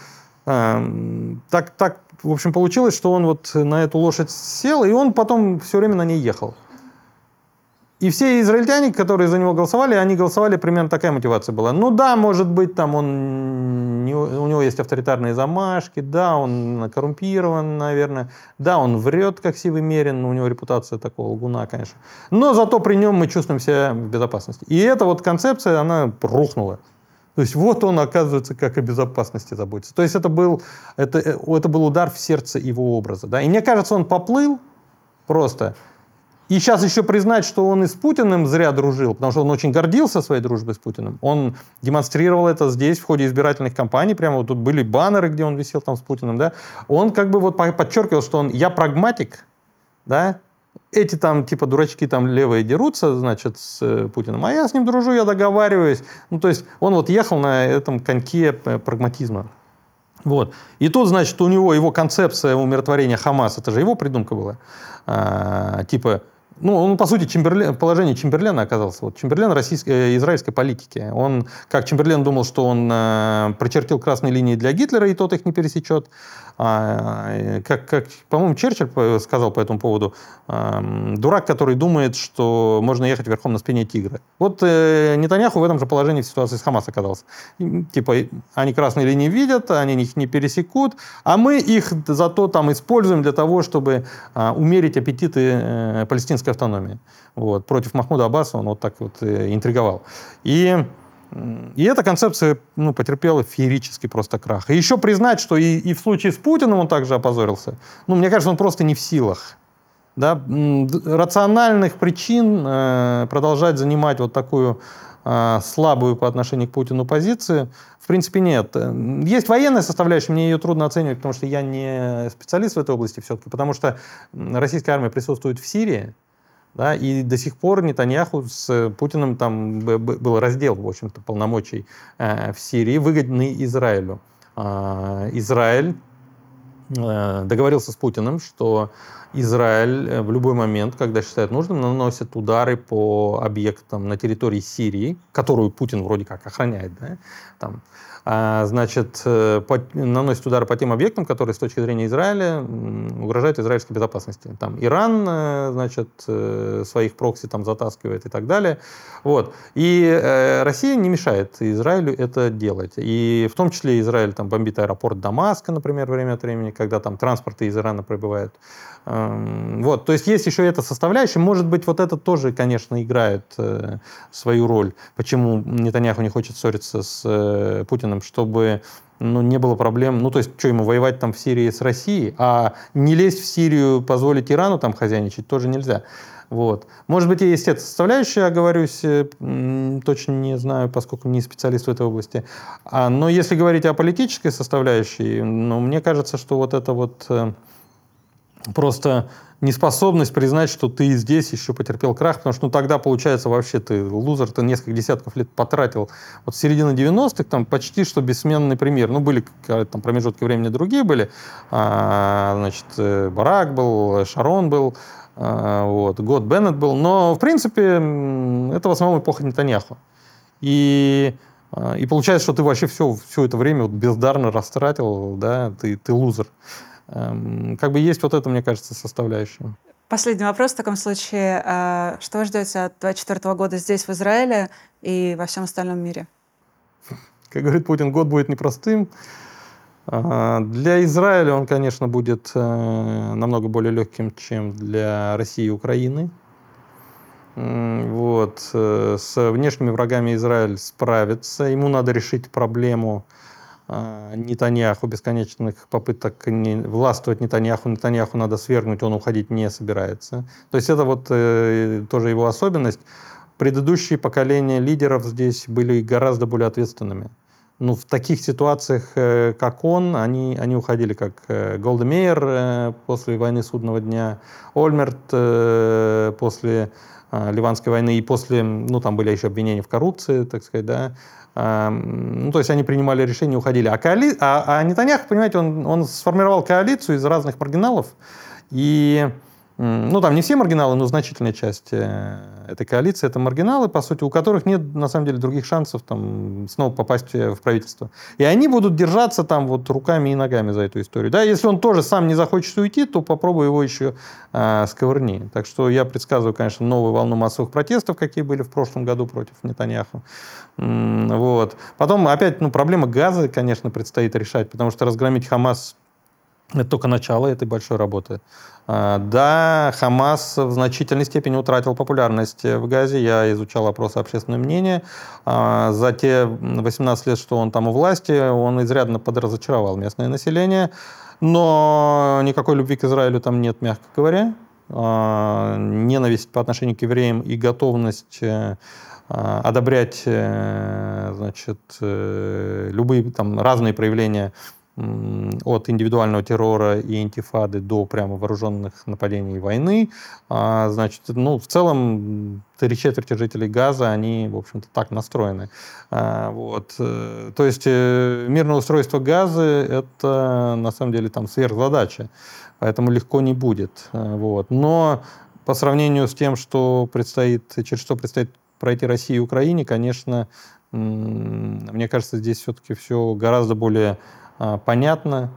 так в общем, получилось, что он на эту лошадь сел, и он потом все время на ней ехал. И все израильтяне, которые за него голосовали, они голосовали, примерно такая мотивация была. Да, может быть, там у него есть авторитарные замашки, да, он коррумпирован, наверное, да, он врет, как сивый мерин, у него репутация такого лгуна, конечно. Но зато при нем мы чувствуем себя в безопасности. И эта концепция, она рухнула. То есть он, оказывается, как о безопасности заботится. То есть это был удар в сердце его образа. Да? И мне кажется, он поплыл просто. И сейчас еще признать, что он и с Путиным зря дружил, потому что он очень гордился своей дружбой с Путиным. Он демонстрировал это здесь, в ходе избирательных кампаний. Прямо тут были баннеры, где он висел там с Путиным. Да? Он подчеркивал, что я прагматик, да? Эти там, дурачки там левые дерутся, значит, с Путиным, а я с ним дружу, я договариваюсь. То есть он ехал на этом коньке прагматизма. Вот. И тут, значит, у него его концепция умиротворения Хамас, это же его придумка была. Он, по сути, положение Чемберлена оказался. Чемберлен израильской политики. Он, как Чемберлен, думал, что он прочертил красные линии для Гитлера, и тот их не пересечет. Как по-моему, Черчилль сказал по этому поводу, дурак, который думает, что можно ехать верхом на спине тигра. Нетаньяху в этом же положении в ситуации с Хамас оказался. Они красные линии видят, они их не пересекут, а мы их зато там используем для того, чтобы умерить аппетиты палестинской автономии. Против Махмуда Аббаса он так интриговал. И эта концепция потерпела феерический просто крах. И еще признать, что и в случае с Путиным он также опозорился. Мне кажется, он просто не в силах. Да? Рациональных причин продолжать занимать такую слабую по отношению к Путину позицию в принципе нет. Есть военная составляющая, мне ее трудно оценивать, потому что я не специалист в этой области все-таки, потому что российская армия присутствует в Сирии. Да, и до сих пор Нетаньяху с Путиным там был раздел, в общем-то, полномочий в Сирии, выгодный Израилю. Израиль договорился с Путиным, что Израиль в любой момент, когда считает нужным, наносит удары по объектам на территории Сирии, которую Путин вроде как охраняет, да, там, наносит удары по тем объектам, которые с точки зрения Израиля угрожают израильской безопасности. Там Иран, своих прокси там затаскивает и так далее. И Россия не мешает Израилю это делать. И в том числе Израиль там бомбит аэропорт Дамаска, например, время от времени, когда там транспорты из Ирана прибывают. То есть есть еще эта составляющая. Может быть, это тоже, конечно, играет свою роль. Почему Нетаньяху не хочет ссориться с Путиным, чтобы не было проблем. То есть, что ему воевать там в Сирии с Россией, а не лезть в Сирию, позволить Ирану там хозяйничать тоже нельзя. Может быть, и есть эта составляющая, оговорюсь, точно не знаю, поскольку не специалист в этой области. Но если говорить о политической составляющей, мне кажется, что это просто неспособность признать, что ты здесь еще потерпел крах, потому что тогда, получается, вообще ты лузер, ты несколько десятков лет потратил. С середины 90-х там почти что бессменный премьер. Были там промежутки времени другие были. Барак был, Шарон был. Год Беннет был. Но, в принципе, это в основном эпоха Нетаньяху. И получается, что ты вообще все это время бездарно растратил, да, ты лузер. Как бы есть вот это, мне кажется, составляющая. Последний вопрос в таком случае. Что вы ждете от 2024 года здесь, в Израиле, и во всем остальном мире? Как говорит Путин, год будет непростым. Для Израиля он, конечно, будет намного более легким, чем для России и Украины. С внешними врагами Израиль справится. Ему надо решить проблему Нетаньяху, бесконечных попыток властвовать Нетаньяху. Нетаньяху надо свергнуть, он уходить не собирается. То есть это вот тоже его особенность. Предыдущие поколения лидеров здесь были гораздо более ответственными. Ну, в таких ситуациях, как он, они уходили, как Голда Меир после войны Судного дня, Ольмерт после Ливанской войны и после, ну, там были еще обвинения в коррупции, так сказать, да. Ну, то есть они принимали решения и уходили. А Нетаньяху, понимаете, он сформировал коалицию из разных маргиналов. И, ну, там не все маргиналы, но значительная часть этой коалиции — это маргиналы, по сути, у которых нет, на самом деле, других шансов там снова попасть в правительство. И они будут держаться там вот руками и ногами за эту историю. Да, если он тоже сам не захочет уйти, то попробуй его еще сковырни. Так что я предсказываю, конечно, новую волну массовых протестов, какие были в прошлом году против Нетаньяху. Потом опять, проблема Газы, конечно, предстоит решать, потому что разгромить Хамас — это только начало этой большой работы. Да, Хамас в значительной степени утратил популярность в Газе. Я изучал опросы общественного мнения. За те 18 лет, что он там у власти, он изрядно подразочаровал местное население. Но никакой любви к Израилю там нет, мягко говоря. Ненависть по отношению к евреям и готовность одобрять, любые там разные проявления от индивидуального террора и интифады до прямо вооруженных нападений и войны. В целом 3/4 жителей Газа, они, в общем-то, так настроены. То есть мирное устройство Газы — это, на самом деле, там сверхзадача, поэтому легко не будет. Но по сравнению с тем, через что предстоит пройти России и Украине, конечно, мне кажется, здесь все-таки все гораздо более понятно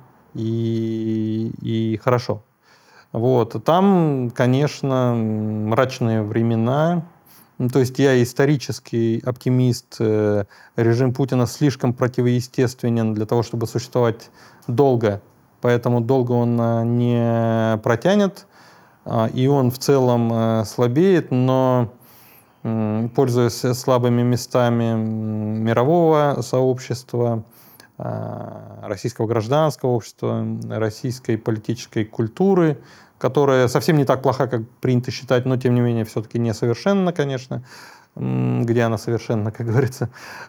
и хорошо. Там, конечно, мрачные времена. То есть я исторический оптимист. Режим Путина слишком противоестественен для того, чтобы существовать долго. Поэтому долго он не протянет. И он в целом слабеет, но, пользуясь слабыми местами мирового сообщества, российского гражданского общества, российской политической культуры, которая совсем не так плоха, как принято считать, но тем не менее все-таки несовершенна, конечно, где она совершенна, как говорится.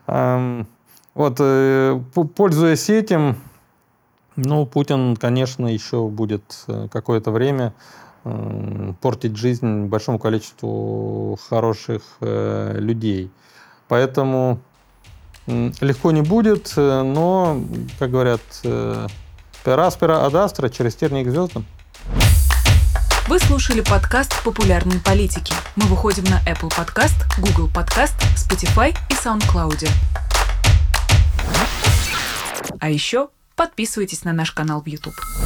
Пользуясь этим, Путин, конечно, еще будет какое-то время портить жизнь большому количеству хороших людей. Поэтому легко не будет, но, как говорят, per aspera ad astra, через тернии к звездам. Вы слушали подкаст «Популярные политики». Мы выходим на Apple Podcast, Google Podcast, Spotify и SoundCloud. А еще подписывайтесь на наш канал в YouTube.